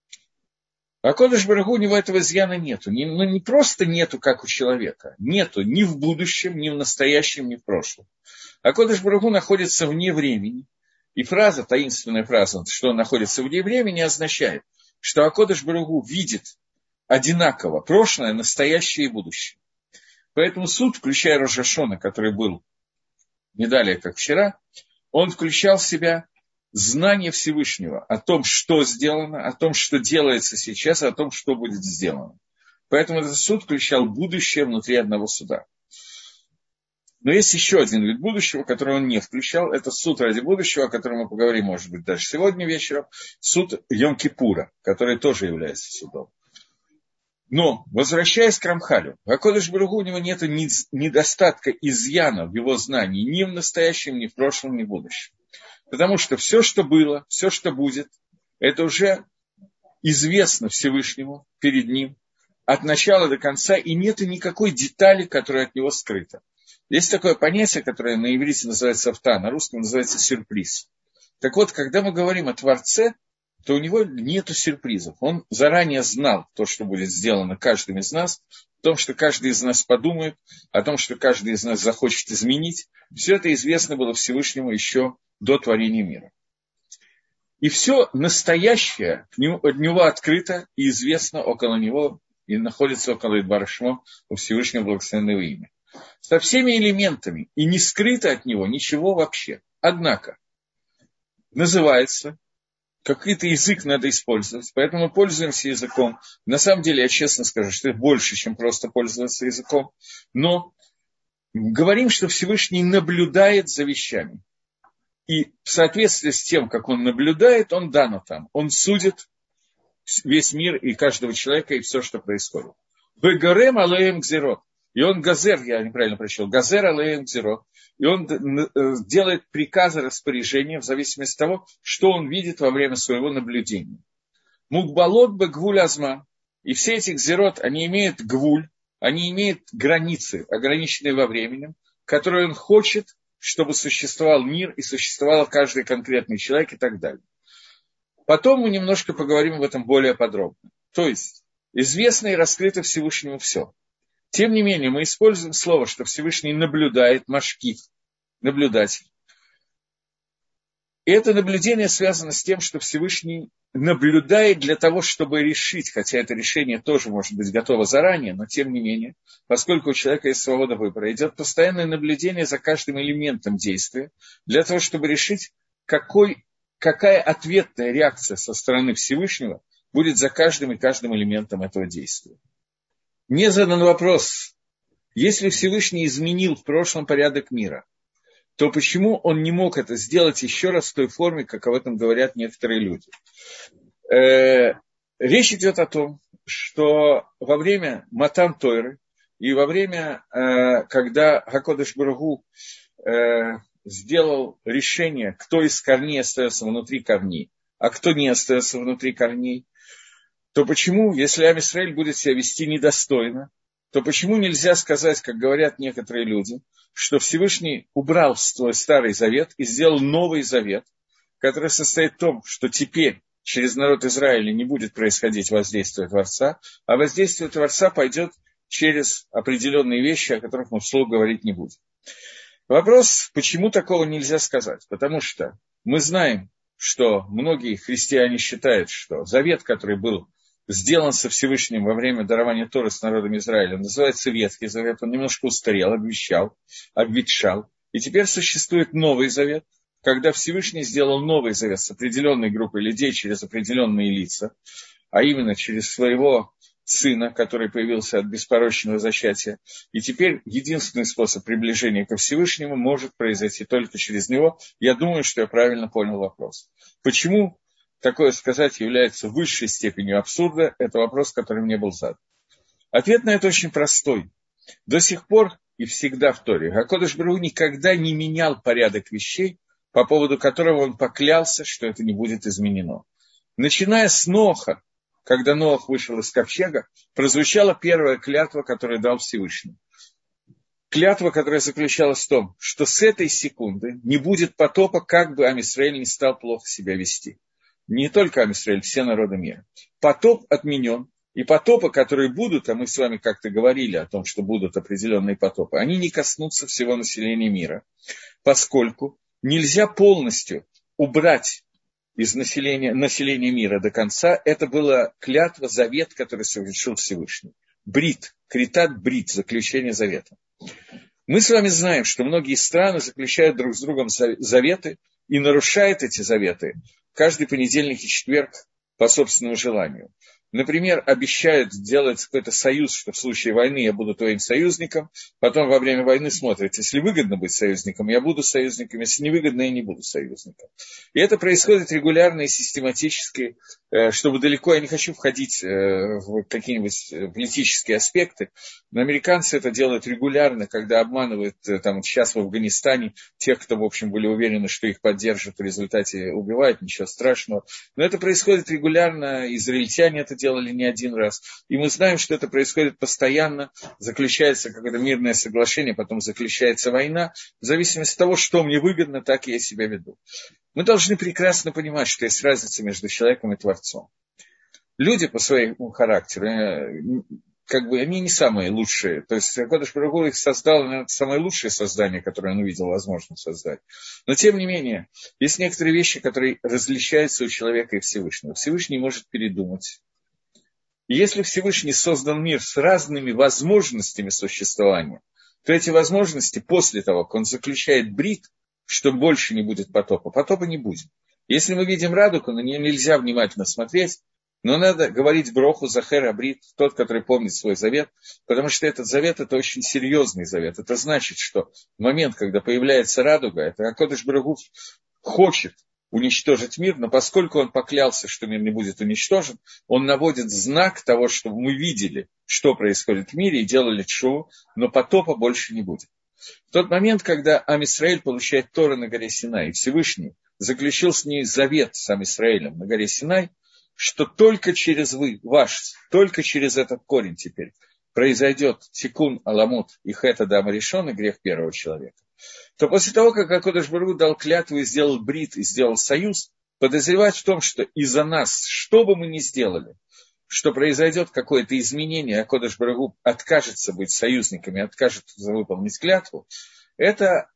А Акодыш Барух Ху, у него этого изъяна нету. Не просто нету, как у человека. Нету ни в будущем, ни в настоящем, ни в прошлом. Акодыш Барух Ху находится вне времени. И фраза, таинственная фраза, что он находится вне времени, означает, что Акодыш Барух Ху видит одинаково прошлое, настоящее и будущее. Поэтому суд, включая Рош ха-Шана, который был не далее, как вчера, он включал в себя знание Всевышнего о том, что сделано, о том, что делается сейчас, о том, что будет сделано. Поэтому этот суд включал будущее внутри одного суда. Но есть еще один вид будущего, который он не включал. Это суд ради будущего, о котором мы поговорим, может быть, даже сегодня вечером. Суд Йом-Кипура, который тоже является судом. Но, возвращаясь к Рамхалю, в Акодыш Барух Ху у него нет недостатка, изъяна в его знании ни в настоящем, ни в прошлом, ни в будущем. Потому что все, что было, все, что будет, это уже известно Всевышнему перед ним от начала до конца, и нет никакой детали, которая от него скрыта. Есть такое понятие, которое на иврите называется авта, на русском называется сюрприз. Так вот, когда мы говорим о Творце, то у него нет сюрпризов. Он заранее знал то, что будет сделано каждым из нас, о том, что каждый из нас подумает, о том, что каждый из нас захочет изменить. Все это известно было Всевышнему еще до творения мира. И все настоящее от него открыто и известно около него, и находится около Идбар-Шмо, у Всевышнего благословенного имя. Со всеми элементами, и не скрыто от него ничего вообще. Однако, называется, какой-то язык надо использовать, поэтому мы пользуемся языком. На самом деле, я честно скажу, что это больше, чем просто пользоваться языком. Но говорим, что Всевышний наблюдает за вещами. И в соответствии с тем, как он наблюдает, он дано там. Он судит весь мир и каждого человека, и все, что происходит. Вегарем алеем гзирот. И он газер, я неправильно прочел, газер алеем гзирот. И он делает приказы, распоряжения в зависимости от того, что он видит во время своего наблюдения. Мукбалот бе гвуль азма. И все эти гзирот, они имеют гвуль, они имеют границы, ограниченные во времени, которые он хочет, чтобы существовал мир и существовал каждый конкретный человек и так далее. Потом мы немножко поговорим об этом более подробно. То есть, известно и раскрыто Всевышнему все. Тем не менее, мы используем слово, что Всевышний наблюдает, машкиф, наблюдатель. И это наблюдение связано с тем, что Всевышний наблюдает для того, чтобы решить, хотя это решение тоже может быть готово заранее, но тем не менее, поскольку у человека есть свобода выбора, идет постоянное наблюдение за каждым элементом действия, для того, чтобы решить, какая ответная реакция со стороны Всевышнего будет за каждым и каждым элементом этого действия. Мне задан вопрос, если Всевышний изменил в прошлом порядок мира, то почему он не мог это сделать еще раз в той форме, как об этом говорят некоторые люди? Речь идет о том, что во время Матан Тойры и во время, когда Акодеш Барух Ху сделал решение, кто из корней остается внутри корней, а кто не остается внутри корней, то почему, если Ам Исраэль будет себя вести недостойно, то почему нельзя сказать, как говорят некоторые люди, что Всевышний убрал свой Старый Завет и сделал Новый Завет, который состоит в том, что теперь через народ Израиля не будет происходить воздействие Творца, а воздействие Творца пойдет через определенные вещи, о которых мы вслух говорить не будем. Вопрос, почему такого нельзя сказать? Потому что мы знаем, что многие христиане считают, что завет, который был сделан со Всевышним во время дарования Торы с народом Израиля, называется Ветхий Завет, он немножко устарел, обветшал. И теперь существует Новый Завет, когда Всевышний сделал Новый Завет с определенной группой людей через определенные лица, а именно через своего Сына, который появился от беспорочного зачатия. И теперь единственный способ приближения ко Всевышнему может произойти только через него. Я думаю, что я правильно понял вопрос. Почему такое сказать является высшей степенью абсурда? Это вопрос, который мне был задан. Ответ на это очень простой. До сих пор и всегда в Торе Акодеш Барух Ху никогда не менял порядок вещей, по поводу которого он поклялся, что это не будет изменено. Начиная с Ноха, когда Ноах вышел из ковчега, прозвучала первая клятва, которую дал Всевышний. Клятва, которая заключалась в том, что с этой секунды не будет потопа, как бы Ам Исраэль не стал плохо себя вести. Не только Ам Исраэль, все народы мира. Потоп отменен, и потопы, которые будут, а мы с вами как-то говорили о том, что будут определенные потопы, они не коснутся всего населения мира, поскольку нельзя полностью убрать из населения мира до конца. Это была клятва, завет, который совершил Всевышний. Брит, критат брит, заключение завета. Мы с вами знаем, что многие страны заключают друг с другом заветы и нарушают эти заветы каждый понедельник и четверг по собственному желанию. Например, обещают сделать какой-то союз, что в случае войны я буду твоим союзником, потом во время войны смотрят, если выгодно быть союзником, я буду союзником, если невыгодно, я не буду союзником. И это происходит регулярно и систематически, чтобы далеко, я не хочу входить в какие-нибудь политические аспекты, но американцы это делают регулярно, когда обманывают там, сейчас в Афганистане тех, кто, в общем, были уверены, что их поддержат, в результате убивают, ничего страшного. Но это происходит регулярно, израильтяне это делали не один раз. И мы знаем, что это происходит постоянно, заключается какое-то мирное соглашение, потом заключается война. В зависимости от того, что мне выгодно, так я себя веду. Мы должны прекрасно понимать, что есть разница между человеком и Творцом. Люди по своему характеру, они не самые лучшие. То есть Акодыш Барух Ху их создал, наверное, самое лучшее создание, которое он увидел возможным создать. Но, тем не менее, есть некоторые вещи, которые различаются у человека и Всевышнего. Всевышний может передумать. И если Всевышний создан мир с разными возможностями существования, то эти возможности после того, как он заключает брит, что больше не будет потопа не будет. Если мы видим радугу, на нее нельзя внимательно смотреть, но надо говорить броху захер абрит, тот, который помнит свой завет, потому что этот завет – это очень серьезный завет. Это значит, что в момент, когда появляется радуга, это Акодыш Барух Ху хочет уничтожить мир, но поскольку он поклялся, что мир не будет уничтожен, он наводит знак того, чтобы мы видели, что происходит в мире, и делали тшуву, но потопа больше не будет. В тот момент, когда Ам Исраэль получает Тору на горе Синай, и Всевышний заключил с ней завет с Ам Исраэлем на горе Синай, что только через только через этот корень теперь произойдет тикун аламут и хэт Адама Ришон, и грех первого человека, то после того, как Акодыш Барух Ху дал клятву и сделал брит, и сделал союз, подозревать в том, что из-за нас, что бы мы ни сделали, что произойдет какое-то изменение, Акодыш Барух Ху откажется быть союзниками, откажется выполнить клятву, это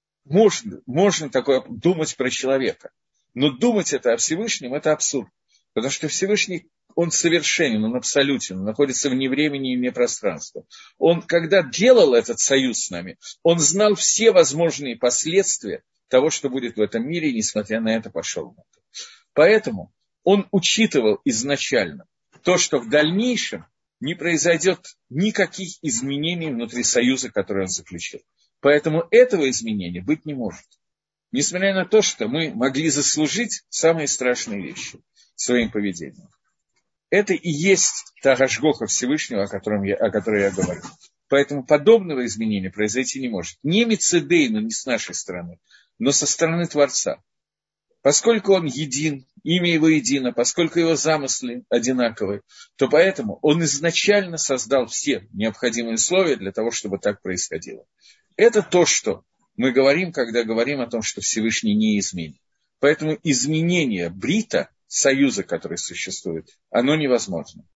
можно такое думать про человека. Но думать это о Всевышнем – это абсурд. Потому что Всевышний, он совершенен, он абсолютен, он находится вне времени и вне пространства. Он, когда делал этот союз с нами, он знал все возможные последствия того, что будет в этом мире, и, несмотря на это, пошел на это. Поэтому он учитывал изначально то, что в дальнейшем не произойдет никаких изменений внутри союза, который он заключил. Поэтому этого изменения быть не может. Несмотря на то, что мы могли заслужить самые страшные вещи своим поведением. Это и есть та Гашгоха Всевышнего, о которой я говорю. Поэтому подобного изменения произойти не может. Не мицедейну, не с нашей стороны, но со стороны Творца. Поскольку он един, имя его едино, поскольку его замыслы одинаковые, то поэтому он изначально создал все необходимые условия для того, чтобы так происходило. Это то, что мы говорим, когда говорим о том, что Всевышний не изменит. Поэтому изменение брита, союза, который существует, оно невозможно.